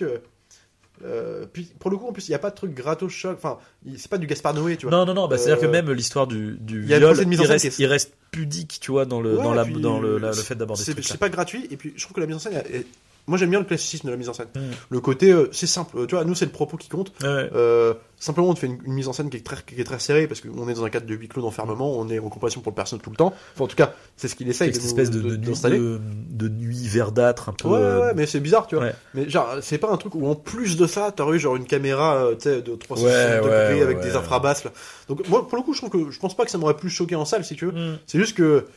Puis pour le coup, en plus, il y a pas de truc gratos choc. Enfin, c'est pas du Gaspard Noé, tu vois. Non. Bah, c'est-à-dire que même l'histoire du viol, il reste pudique, tu vois, dans le fait d'aborder ce truc. C'est pas gratuit. Et puis, je trouve que la mise en scène. Moi j'aime bien le classicisme de la mise en scène. Le côté c'est simple, tu vois, nous c'est le propos qui compte. Simplement on te fait une mise en scène qui est très serrée parce qu'on est dans un cadre de huis clos d'enfermement, on est en compassion pour le personnage tout le temps. Enfin, en tout cas, c'est ce qu'il essaye cette espèce de nuit verdâtre un peu. Ouais, mais c'est bizarre, tu vois. Mais genre c'est pas un truc où en plus de ça, t'aurais eu genre une caméra tu sais de 360 degrés avec des infrabasses là. Donc moi pour le coup, je pense pas que ça m'aurait plus choqué en salle si tu veux. C'est juste que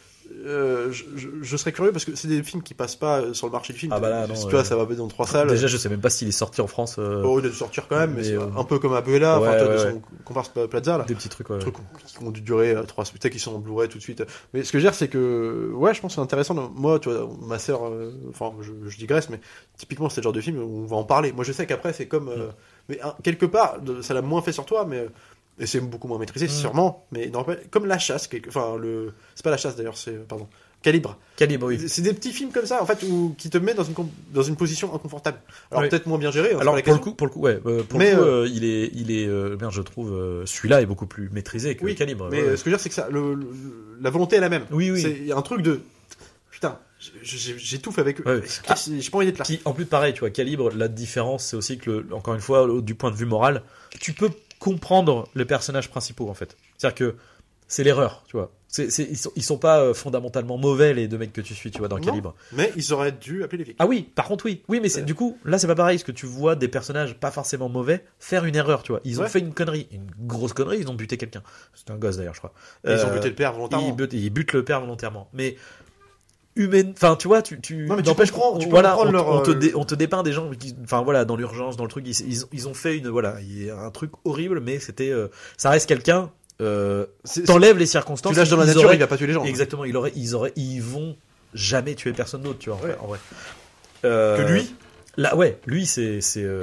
je serais curieux parce que c'est des films qui passent pas sur le marché du film. Ah bah là, non, tu vois, ça va dans 3 salles. Déjà, je sais même pas s'il est sorti en France. Oh, il a dû sortir quand même, mais c'est un peu comme Abuela, de son comparse Plaza là. Des petits trucs, Des trucs qui ont dû durer 3 semaines, qui sont en Blu-ray tout de suite. Mais ce que je veux dire, c'est que, je pense que c'est intéressant. Moi, tu vois, ma sœur, je digresse, mais typiquement, c'est le genre de film où on va en parler. Moi, je sais qu'après, c'est comme, mais quelque part, ça l'a moins fait sur toi, mais. Et c'est beaucoup moins maîtrisé, sûrement, mais non, comme La Chasse, c'est pas La Chasse d'ailleurs, c'est, Calibre, oui. C'est des petits films comme ça, en fait, qui te mettent dans une position inconfortable. Alors peut-être moins bien géré. Alors pour le coup, il est, bien, je trouve, celui-là est beaucoup plus maîtrisé que Calibre. Mais ce que je veux dire, c'est que ça, la volonté est la même. Oui. Il y a un truc de, putain, j'étouffe avec eux. J'ai pas envie d'être là. En plus, pareil, tu vois, Calibre, la différence, c'est aussi que, encore une fois, du point de vue moral, tu peux comprendre les personnages principaux, en fait. C'est-à-dire que c'est l'erreur, tu vois. Ils sont pas fondamentalement mauvais, les deux mecs que tu suis, tu vois, dans Calibre. Mais ils auraient dû appeler les flics. Ah oui, par contre, oui. Oui, mais du coup, là, c'est pas pareil, parce que tu vois des personnages pas forcément mauvais faire une erreur, tu vois. Ils ont fait une connerie, une grosse connerie, ils ont buté quelqu'un. C'était un gosse, d'ailleurs, je crois. Ils ont buté le père volontairement. Ils butent le père volontairement. Mais humaine, enfin tu vois, non mais tu comprends, on te dépeint des gens qui, enfin voilà, dans l'urgence, dans le truc, ils ont fait un truc horrible, mais c'était ça reste quelqu'un, t'enlèves les circonstances, tu lâches dans la nature, il va pas tuer les gens. Exactement, ils vont jamais tuer personne d'autre, tu vois, en vrai. Que lui là, lui c'est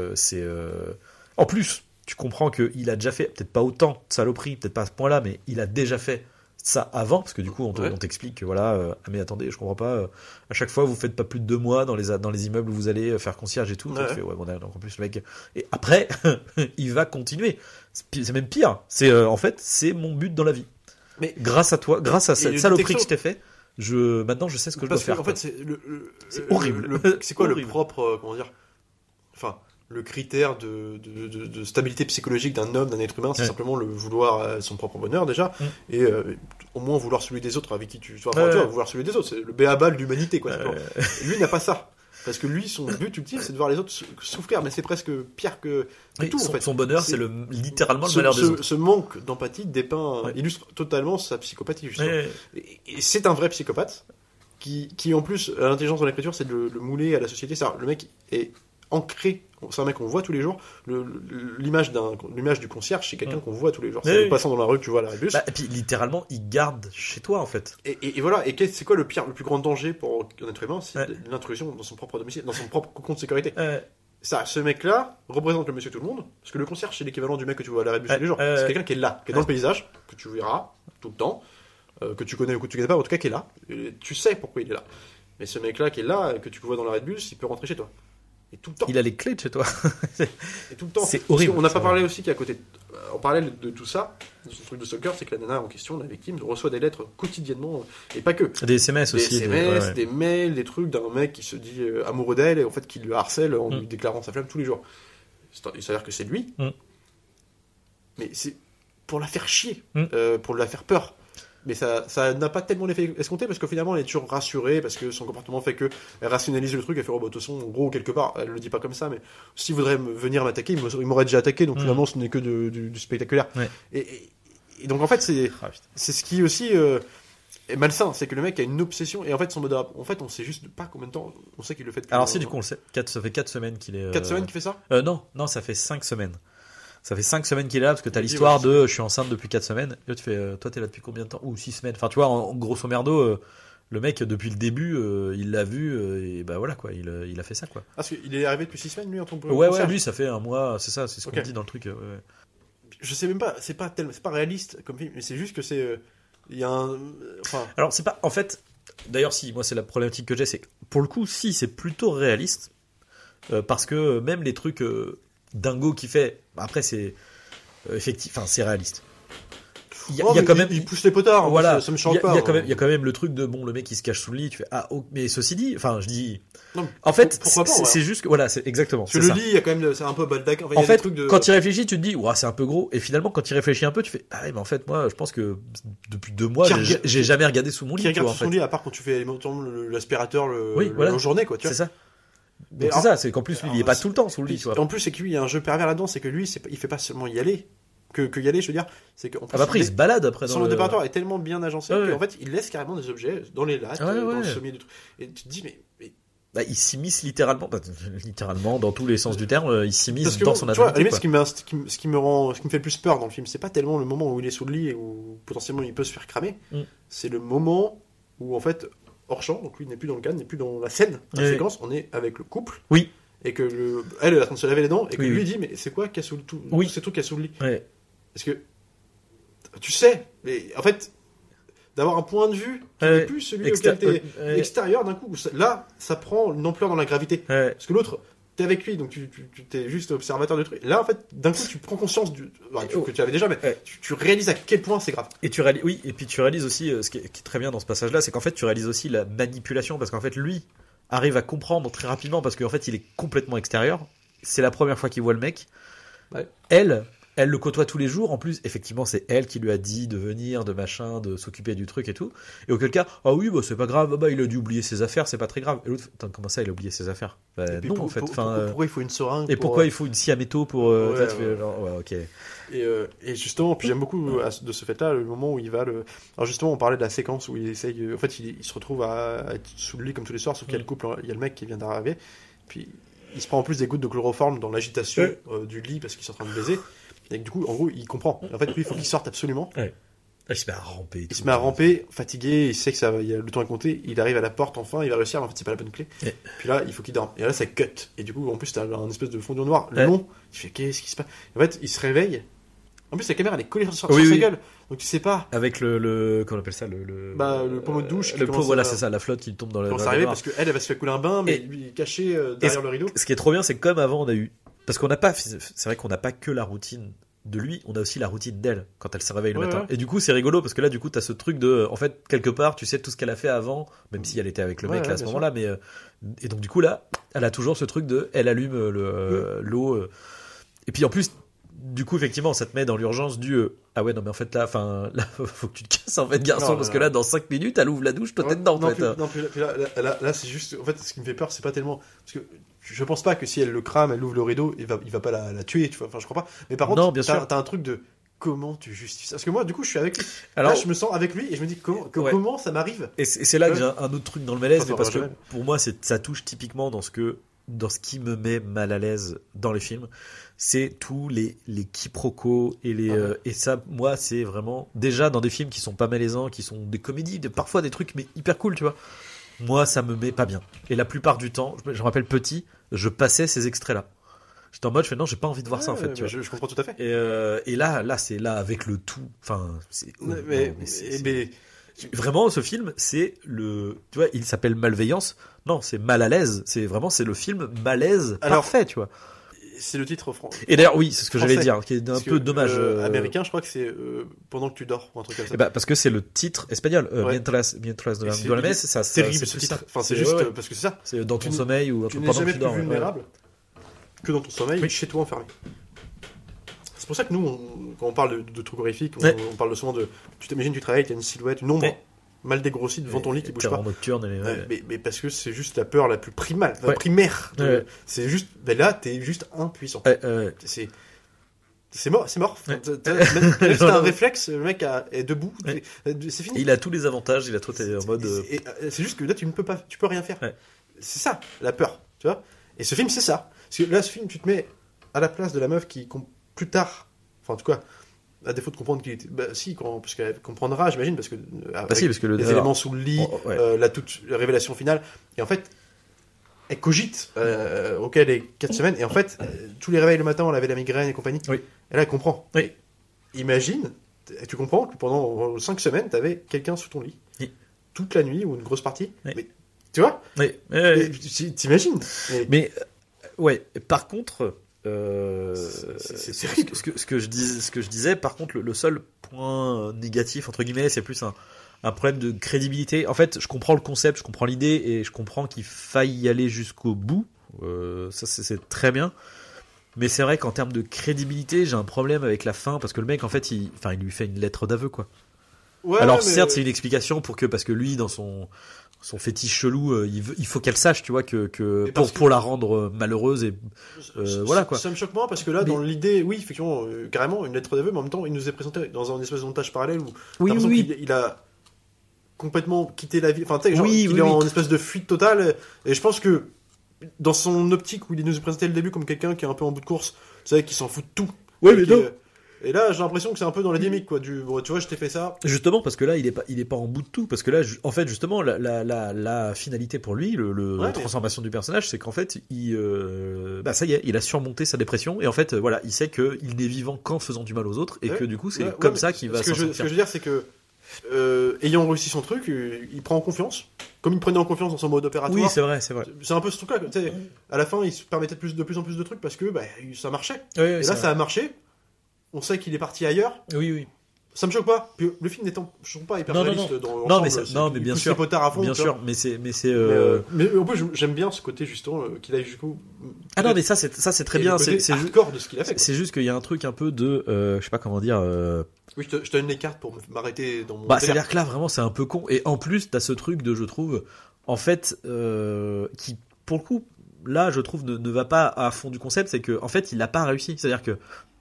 en plus tu comprends qu'il a déjà fait, peut-être pas autant de saloperies, peut-être pas à ce point-là, mais il a déjà fait ça avant, parce que du coup on t'explique que voilà, mais attendez, je comprends pas, à chaque fois vous faites pas plus de 2 mois dans les immeubles où vous allez faire concierge et tout, tu fais, donc en plus le mec, et après il va continuer, c'est même pire, c'est en fait c'est mon but dans la vie, mais grâce à toi, grâce à cette saloperie que je t'ai fait, maintenant je sais ce que je dois faire. En fait c'est horrible. C'est quoi le propre, comment dire, enfin le critère de stabilité psychologique d'un homme, d'un être humain, c'est simplement le vouloir son propre bonheur déjà, et au moins vouloir celui des autres avec qui tu vois, vouloir celui des autres, c'est le b.a.-ba de l'humanité, quoi. Lui n'a pas ça, parce que lui, son but ultime, c'est de voir les autres souffrir, mais c'est presque pire que tout, en fait. Son bonheur, c'est littéralement le malheur des autres. Ce manque d'empathie illustre totalement sa psychopathie, justement. Et c'est un vrai psychopathe qui en plus, à l'intelligence de l'écriture, c'est de le mouler à la société. Le mec est ancré, c'est un mec qu'on voit tous les jours. L'image du concierge, c'est quelqu'un qu'on voit tous les jours. C'est le passant dans la rue que tu vois à la rébus. Et puis littéralement, il garde chez toi, en fait. Et voilà. Et c'est quoi le plus grand danger pour un être humain? C'est l'intrusion dans son propre domicile, dans son propre cocon de sécurité. Ce mec-là représente le monsieur tout le monde, parce que le concierge, c'est l'équivalent du mec que tu vois à la rébus tous les jours. C'est quelqu'un qui est là, qui est dans le paysage, que tu verras tout le temps, que tu connais ou que tu connais pas, en tout cas qui est là. Et tu sais pourquoi il est là. Mais ce mec-là qui est là, que tu vois dans l'arrêt de bus, il peut rentrer chez toi. Et tout le temps. Il a les clés de chez toi. Et tout le temps. C'est horrible. On n'a pas parlé aussi qu'à côté, en parallèle de tout ça, de ce truc de stalker, c'est que la nana en question, la victime, reçoit des lettres quotidiennement, et pas que. Des SMS aussi. Des SMS, des mails, des trucs d'un mec qui se dit amoureux d'elle, et en fait qui le harcèle en lui déclarant sa flamme tous les jours. Il s'avère que c'est lui, mais c'est pour la faire chier, pour la faire peur. Mais ça n'a pas tellement l'effet escompté parce que finalement elle est toujours rassurée parce que son comportement fait qu'elle rationalise le truc, elle fait oh bah de toute façon en gros quelque part elle le dit pas comme ça mais s'il voudrait venir m'attaquer il m'aurait déjà attaqué donc finalement ce n'est que du spectaculaire. Et donc en fait c'est ce qui aussi est malsain, c'est que le mec a une obsession et en fait son mode en fait on sait juste pas combien de temps on sait qu'il le fait. Alors si du coup on le sait, ça fait 4 semaines qu'il est 4 semaines qu'il fait ça non ça fait 5 semaines. Ça fait 5 semaines qu'il est là, parce que t'as l'histoire de je suis enceinte depuis 4 semaines. Et là, tu fais, toi, t'es là depuis combien de temps? Ou 6 semaines. Enfin, tu vois, en grosso merdo, le mec, depuis le début, il l'a vu, et bah voilà, quoi. Il a fait ça, quoi. Ah, parce qu'il est arrivé depuis 6 semaines, lui, en tant que. Ouais, lui, ça fait un mois, c'est ça, c'est ce qu'on dit dans le truc. Ouais. Je sais même pas, c'est pas réaliste comme film, mais c'est juste que c'est. Il y a un. Enfin. Alors, c'est pas. En fait, d'ailleurs, si, moi, c'est la problématique que j'ai, c'est que pour le coup, si, c'est plutôt réaliste. Parce que même les trucs. Dingo qui fait après c'est effectif, enfin c'est réaliste. Il y a quand même il pousse les potards, voilà, ça me change pas. Il y a quand même le truc de bon le mec il se cache sous le lit, tu fais ah oh, mais ceci dit, enfin je dis non, en fait pourquoi pas, c'est juste que voilà, c'est exactement sur le lit, il y a quand même c'est un peu baldac en fait quand tu réfléchis, tu te dis ouah, c'est un peu gros et finalement quand tu réfléchis un peu, tu fais ah ouais, mais en fait moi je pense que depuis 2 mois j'ai jamais regardé sous mon lit, qui regarde sous son lit à part quand tu fais l'aspirateur la journée quoi, tu vois. C'est ça. Donc c'est ça, c'est qu'en plus lui il est pas tout le temps sous le lit, tu vois. En plus c'est que lui il y a un jeu pervers là-dedans, c'est que lui il fait pas seulement y aller que y aller, je veux dire, c'est qu'en plus après il se balade après son déparateur est tellement bien agencé qu'en fait il laisse carrément des objets dans les lattes, dans le sommier du truc et tu te dis mais bah, il s'immisce littéralement dans tous les sens du terme, il s'immisce dans son intimité. À la limite, ce qui me fait le plus peur dans le film, c'est pas tellement le moment où il est sous le lit et où potentiellement il peut se faire cramer, c'est le moment où en fait hors champ, donc lui n'est plus dans le cadre, n'est plus dans la scène, la séquence, on est avec le couple. Oui. Et que elle est en train de se laver les dents et que lui dit mais c'est quoi qu'il y a sous tous ces trucs qu'il y a sous le lit. Parce que tu sais, mais en fait d'avoir un point de vue qui n'est plus celui auquel t'es extérieur d'un coup, là ça prend une ampleur dans la gravité. Parce que l'autre t'es avec lui donc tu t'es juste observateur du truc. Là en fait d'un coup tu prends conscience que tu avais déjà mais tu réalises à quel point c'est grave. Et et puis tu réalises aussi ce qui est très bien dans ce passage là, c'est qu'en fait tu réalises aussi la manipulation parce qu'en fait lui arrive à comprendre très rapidement parce qu'en fait il est complètement extérieur. C'est la première fois qu'il voit le mec. Elle le côtoie tous les jours. En plus, effectivement, c'est elle qui lui a dit de venir, de machin, de s'occuper du truc et tout. Et auquel cas, ah oui, bah c'est pas grave. Bah il a dû oublier ses affaires, c'est pas très grave. Et l'autre, comment ça, il a oublié ses affaires? Bah, non, en fait. Pourquoi il faut une seringue? Et pourquoi il faut une scie à métaux pour ok. Et justement, puis j'aime beaucoup de ce fait-là le moment où il va Alors justement, on parlait de la séquence où il essaye. En fait, il se retrouve à être sous le lit comme tous les soirs, sauf qu'il y a le couple, il y a le mec qui vient d'arriver. Puis il se prend en plus des gouttes de chloroforme dans l'agitation du lit parce qu'ils sont en train de baiser. Et du coup, en gros, il comprend. En fait, lui, il faut qu'il sorte absolument. Il se met à ramper. Il se met à ramper, fatigué, il sait que le temps est compté. Il arrive à la porte enfin, il va réussir, mais en fait, c'est pas la bonne clé. Puis là, il faut qu'il dorme. Et là, ça cut. Et du coup, en plus, t'as un espèce de fondu noir long. Tu fais, qu'est-ce qui se passe? En fait, il se réveille. En plus, la caméra, elle est collée sur sa gueule. Donc, tu sais pas. Avec le comment on appelle ça? Le pommeau de douche. Voilà, c'est ça, la flotte qui tombe dans la. Quand ça arrive, parce qu'elle va se faire couler un bain, mais lui, caché derrière le rideau. Ce qui est trop bien, c'est que comme avant, on a eu. Parce qu'on n'a pas. C'est vrai qu'on n'a pas que la routine de lui, on a aussi la routine d'elle quand elle se réveille le matin. Et du coup, c'est rigolo parce que là, du coup, t'as ce truc de, en fait, quelque part, tu sais tout ce qu'elle a fait avant, même si elle était avec le mec là, à ce moment-là, mais et donc du coup là, elle a toujours ce truc de, elle allume l'eau, et puis en plus, du coup, effectivement, ça te met dans l'urgence du ah ouais non mais en fait là faut que tu te casses en fait garçon parce que là dans 5 minutes elle ouvre la douche, toi t'es dedans en fait. Puis là c'est juste en fait ce qui me fait peur c'est pas tellement parce que je pense pas que si elle le crame, elle ouvre le rideau, il va pas la tuer, tu vois, enfin je crois pas. Mais par contre t'as un truc de comment tu justifies ça? Parce que moi du coup je suis avec lui. Alors là, je me sens avec lui et je me dis comment ça m'arrive. Et c'est là que j'ai un autre truc dans le malaise, mais parce que pour moi ça touche typiquement dans ce qui me met mal à l'aise dans les films, c'est tous les quiproquos et et ça, moi, c'est vraiment déjà dans des films qui sont pas malaisants, qui sont des comédies, parfois des trucs mais hyper cool, tu vois. Moi, ça me met pas bien. Et la plupart du temps, je me rappelle petit, je passais ces extraits-là. J'étais en mode, non, j'ai pas envie de voir ça en fait. Tu vois. Je comprends tout à fait. Et là, c'est là avec le tout. Enfin, c'est. Vraiment, ce film, c'est tu vois, il s'appelle Malveillance. Non, c'est Mal à l'aise. C'est le film malaise parfait, tu vois. C'est le titre français. Et d'ailleurs, oui, c'est ce que j'allais dire, qui est un peu dommage. Américain, je crois que c'est Pendant que tu dors, ou un truc comme ça. Et parce que c'est le titre espagnol. Mientras duermes, ça c'est terrible ce titre. Enfin, c'est juste parce que c'est ça. C'est dans ton sommeil ou tu n'es jamais plus vulnérable que dans ton sommeil, chez toi enfermé. C'est pour ça que nous, quand on parle de trucs horrifiques, on parle souvent de. Tu t'imagines, tu travailles, tu as une silhouette, une ombre mal dégrossie devant ton lit qui bouge pas. Nocturne, mais parce que c'est juste la peur la plus primaire. C'est juste. Ben là, t'es juste impuissant. C'est mort. C'est un réflexe, le mec est debout, c'est fini. Il a tous les avantages, il a tout en mode. C'est juste que là, tu peux rien faire. C'est ça, la peur, tu vois. Et ce film, c'est ça. Parce que là, ce film, tu te mets à la place de la meuf qui, plus tard, enfin, en tout cas, à défaut de comprendre qu'il était. Parce qu'elle comprendra, j'imagine, parce que. Parce que les éléments sous le lit, la révélation finale. Et en fait, elle cogite, auquel les 4 semaines, et en fait, tous les réveils le matin, elle avait la migraine et compagnie. Oui. Et là, elle comprend. Oui. Imagine, tu comprends que pendant 5 semaines, t'avais quelqu'un sous ton lit. Oui. Toute la nuit, ou une grosse partie. Oui. Mais, tu vois. Oui. T'imagines. Mais, ouais, par contre. C'est terrible. Ce que je disais, par contre, le seul point négatif, entre guillemets, c'est plus un problème de crédibilité. En fait, je comprends le concept, je comprends l'idée et je comprends qu'il faille y aller jusqu'au bout. Ça, c'est très bien. Mais c'est vrai qu'en termes de crédibilité, j'ai un problème avec la fin parce que le mec, en fait, il lui fait une lettre d'aveu, quoi. Ouais, alors certes, c'est une explication parce que lui, dans son fétiche chelou, il faut qu'elle sache, tu vois, pour la rendre malheureuse et voilà quoi. Ça me choque moins parce que là, dans l'idée, oui, effectivement, carrément une lettre d'aveu, mais en même temps, il nous est présenté dans un espèce de montage parallèle où il a complètement quitté la vie, enfin, tu sais, genre, il est en espèce de fuite totale. Et je pense que dans son optique où il nous est présenté le début comme quelqu'un qui est un peu en bout de course, tu sais, qui s'en fout de tout. Oui, mais non. Et là, j'ai l'impression que c'est un peu dans la dynamique, quoi. Tu vois, je t'ai fait ça. Justement, parce que là, il est pas en bout de tout. Parce que là, en fait, justement, la finalité pour lui, la transformation du personnage, c'est qu'en fait, ça y est, il a surmonté sa dépression. Et en fait, voilà, il sait qu'il n'est vivant qu'en faisant du mal aux autres. Et que du coup, c'est comme ça qu'il va s'en sortir. Ce que je veux dire, c'est que, ayant réussi son truc, il prend en confiance. Comme il prenait en confiance dans son mode opératoire. Oui, c'est vrai. C'est un peu ce truc-là. Tu sais, à la fin, il se permettait de plus en plus de trucs parce que, ça marchait. Oui, et là, ça a marché. On sait qu'il est parti ailleurs. Oui. Ça me choque pas. Puis, le film n'étant, je trouve pas hyper réaliste dans l'ensemble. Non, mais bien sûr. Il potards à fond. Bien sûr, mais c'est. Mais en plus, j'aime bien ce côté justement qu'il a jusqu'au. Ah non, mais ça c'est très bien. C'est hardcore de ce qu'il a fait. C'est juste qu'il y a un truc un peu de, je sais pas comment dire. Oui, je te donne les cartes pour m'arrêter dans mon. C'est-à-dire que là, vraiment, c'est un peu con. Et en plus, t'as ce truc de, je trouve, en fait, qui, pour le coup, là, je trouve, ne va pas à fond du concept, c'est que, en fait, il n'a pas réussi. C'est-à-dire que.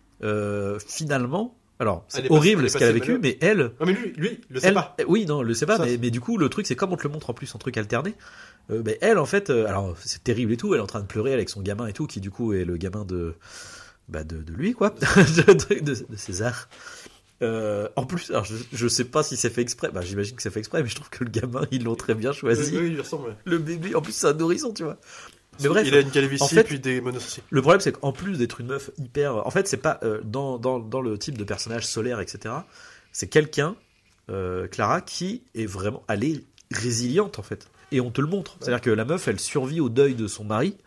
Finalement, alors c'est horrible ce qu'elle a vécu, mais elle. Non, mais lui, le sait pas. Oui, non, le sait pas, mais du coup, le truc, c'est comme on te le montre en plus en truc alterné. Elle, en fait, alors c'est terrible et tout, elle est en train de pleurer avec son gamin et tout, qui du coup est le gamin de lui, quoi, de César. En plus, alors je sais pas si c'est fait exprès, j'imagine que c'est fait exprès, mais je trouve que le gamin, ils l'ont très bien choisi. Oui, il ressemble. Le bébé, en plus, c'est un nourrisson, tu vois. Mais bref, il a une calvitie en fait, puis des monosourcils. Le problème, c'est qu'en plus d'être une meuf hyper, en fait, c'est pas dans le type de personnage solaire, etc. C'est quelqu'un, Clara, qui est vraiment, elle est résiliente en fait, et on te le montre. C'est-à-dire que la meuf, elle survit au deuil de son mari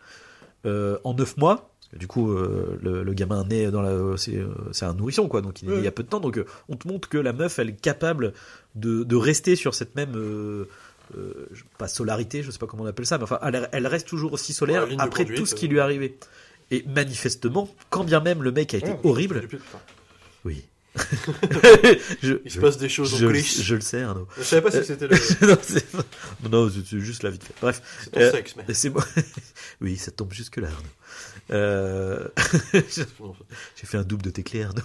en 9 mois. Parce que du coup, le gamin naît c'est un nourrisson, quoi. Donc il y a peu de temps. Donc on te montre que la meuf, elle est capable de rester sur cette même pas solarité, je sais pas comment on appelle ça, mais enfin, elle reste toujours aussi solaire après tout ce qui lui est arrivé. Et manifestement, quand bien même le mec a été horrible. Oui. Il se passe des choses en coulisses. Je le sais, Arnaud. Je savais pas si c'était le. non, c'est juste la vite fait. Bref. C'est ton sexe, mais. C'est moi. Oui, ça tombe jusque là, Arnaud. J'ai fait un double de tes clés, Arnaud.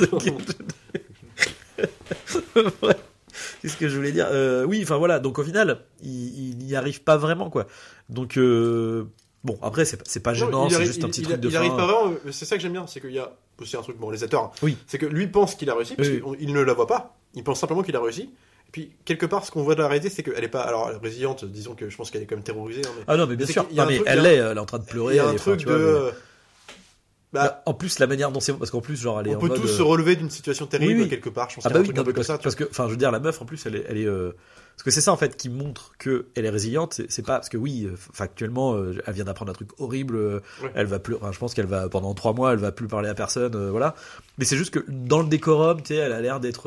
Bref. Qu'est-ce que je voulais dire oui, enfin voilà, donc au final il n'y arrive pas vraiment, quoi. Donc bon, après c'est pas gênant, c'est juste un petit truc de fin. Il arrive pas vraiment, c'est ça que j'aime bien, c'est qu'il y a aussi un truc moralisateur. Oui. C'est que lui pense qu'il a réussi parce qu'il ne la voit pas, il pense simplement qu'il a réussi. Et puis quelque part, ce qu'on voit de la réalité, c'est qu'elle est pas, alors elle est résiliente, disons que je pense qu'elle est quand même terrorisée, hein, mais... Ah non, mais bien sûr, elle est en train de pleurer. Il y a un truc de Bah, en plus, la manière dont c'est, parce qu'en plus, genre, elle est on peut tous se relever d'une situation terrible quelque part. Je pense qu'il y a un truc un peu comme ça. Parce que, enfin, je veux dire, la meuf, en plus, elle est parce que c'est ça, en fait, qui montre que elle est résiliente. C'est pas, parce que oui, factuellement, elle vient d'apprendre un truc horrible. Elle va plus, enfin, je pense qu'elle va, pendant 3 mois, elle va plus parler à personne, voilà. Mais c'est juste que dans le décorum, tu sais, elle a l'air d'être,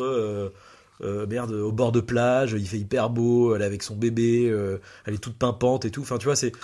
au bord de plage, il fait hyper beau, elle est avec son bébé, elle est toute pimpante et tout. Enfin, tu vois, c'est,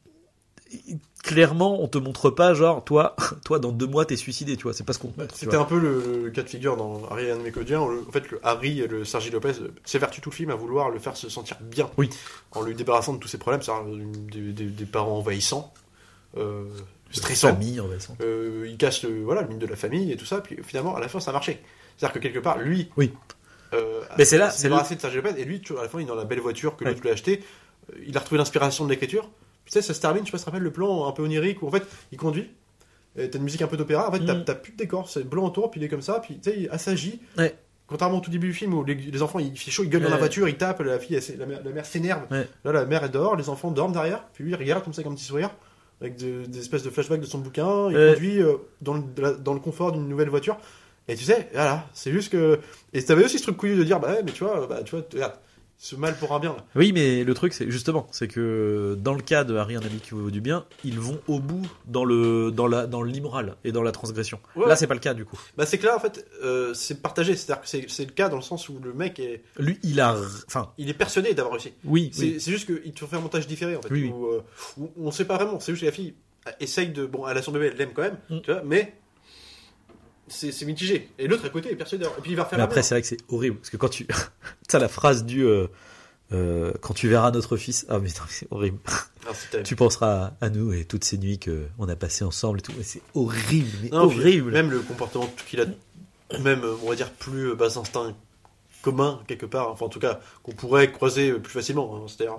clairement, on te montre pas genre toi dans 2 mois t'es suicidé, tu vois, c'est pas ce qu'on te montre. C'était un peu le cas de figure dans Harry et mes comédiens. En fait, le Harry, le Sergi Lopez s'évertue tout le film à vouloir le faire se sentir bien, en lui débarrassant de tous ses problèmes, c'est-à-dire des parents envahissants, stressants, famille envahissante. Il casse le mythe de la famille et tout ça, puis finalement à la fin ça a marché. C'est-à-dire que quelque part lui, mais c'est là, c'est débarrassé de Sergi Lopez, et lui à la fin il est dans la belle voiture que l'autre lui a acheté. Il a retrouvé l'inspiration de l'écriture. Tu sais, ça se termine, je sais pas si tu te rappelles le plan un peu onirique où en fait il conduit, et t'as une musique un peu d'opéra, en fait t'as plus de décor, c'est blanc autour, puis il est comme ça, puis tu sais, il assagit. Contrairement au tout début du film où les enfants il fait chaud, ils gueulent dans la voiture, ils tapent, la fille, la mère s'énerve. Là la mère est dehors, les enfants dorment derrière, puis lui il regarde comme ça avec un petit sourire, avec des espèces de flashbacks de son bouquin, il conduit dans le confort d'une nouvelle voiture. Et tu sais, voilà, c'est juste que. Et t'avais aussi ce truc couillu de dire, mais tu vois, regarde. Ce mal pour un bien là. Oui, mais le truc c'est justement, c'est que dans le cas de Harry, un ami qui vaut du bien, ils vont au bout dans l'immoral et dans la transgression. Là, c'est pas le cas du coup. Bah c'est que là en fait, c'est partagé, c'est-à-dire que c'est le cas dans le sens où le mec est. Lui, il est persuadé d'avoir réussi. Oui. C'est juste qu'il te fait un montage différé en fait, où on sait pas vraiment. C'est juste que la fille essaye de, elle a son bébé, elle l'aime quand même, tu vois, mais. C'est mitigé. Et l'autre à côté est persuadé. Et puis il va refaire. Mais après, c'est vrai que c'est horrible. Parce que quand tu. T'as la phrase du. Quand tu verras notre fils. Ah, mais c'est horrible. Tu penseras à nous et toutes ces nuits qu'on a passées ensemble et tout. Mais c'est horrible. Mais horrible. Même le comportement qu'il a. Même, on va dire, plus bas instinct commun, quelque part. Enfin, en tout cas, qu'on pourrait croiser plus facilement. Hein. C'est-à-dire.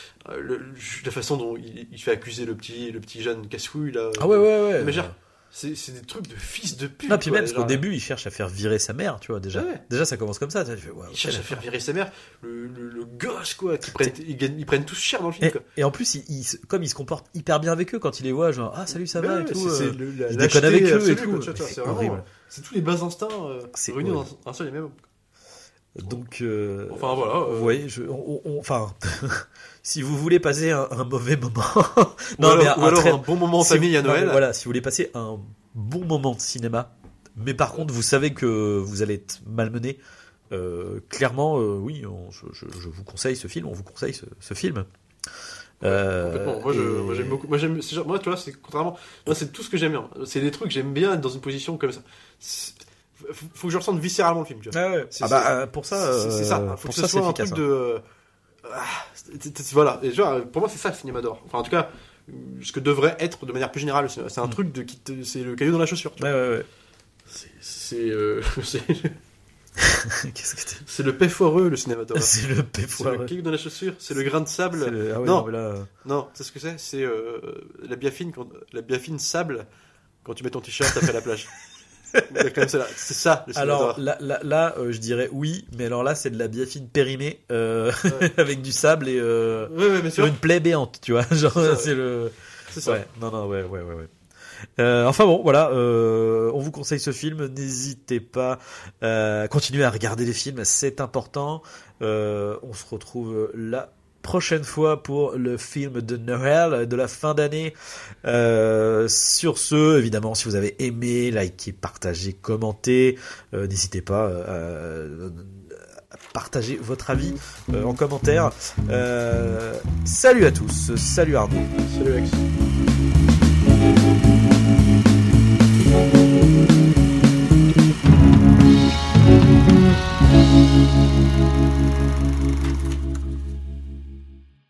La façon dont il fait accuser le petit jeune casse-couille. Là, ah ouais. Mais genre. C'est des trucs de fils de pute. Non, puis même parce qu'au début, il cherche à faire virer sa mère, tu vois, déjà. Déjà, ça commence comme ça. Tu fais, il cherche à faire virer sa mère. Le gosse, quoi. Ils prennent tous cher dans le film, quoi. Et en plus, comme il se comporte hyper bien avec eux quand il les voit, genre, ah, salut, ça va, et tout. Il déconne avec eux et tout. C'est horrible. C'est tous les bas instincts réunis dans un seul et même. Donc, enfin, voilà. Ouais, enfin. Si vous voulez passer un mauvais moment, ou alors un bon moment en famille à Noël. Voilà, si vous voulez passer un bon moment de cinéma, mais par contre vous savez que vous allez être malmené, clairement, oui, je vous conseille ce film. On vous conseille ce film. Complètement. Moi j'aime beaucoup. Moi tu vois, c'est contrairement. Moi c'est tout ce que j'aime bien. C'est des trucs que j'aime bien être dans une position comme ça. Faut que je ressente viscéralement le film. Tu vois. Pour ça, c'est ça. Faut que ce soit un truc de. Voilà, et genre, pour moi c'est ça le cinéma d'or. Enfin en tout cas, ce que devrait être de manière plus générale le cinéma. C'est un truc c'est le caillou dans la chaussure. Ouais. C'est Qu'est-ce que c'est ? C'est le paix foireux le cinéma d'or. C'est le paix foireux. C'est le caillou dans la chaussure. C'est le grain de sable. Non, tu sais ce que c'est ? C'est la biafine sable quand tu mets ton t-shirt après la plage. C'est ça. Alors là, je dirais oui, mais alors là c'est de la biafine périmée avec du sable et sur une plaie béante, tu vois. Genre c'est ça. Ouais. Non, ouais. Enfin bon, voilà. On vous conseille ce film. N'hésitez pas à continuer à regarder les films, c'est important. On se retrouve là. Prochaine fois pour le film de Noël de la fin d'année. Sur ce, évidemment, si vous avez aimé, likez, partagez, commentez. N'hésitez pas à partager votre avis en commentaire. Salut à tous. Salut Arnaud. Salut Alex.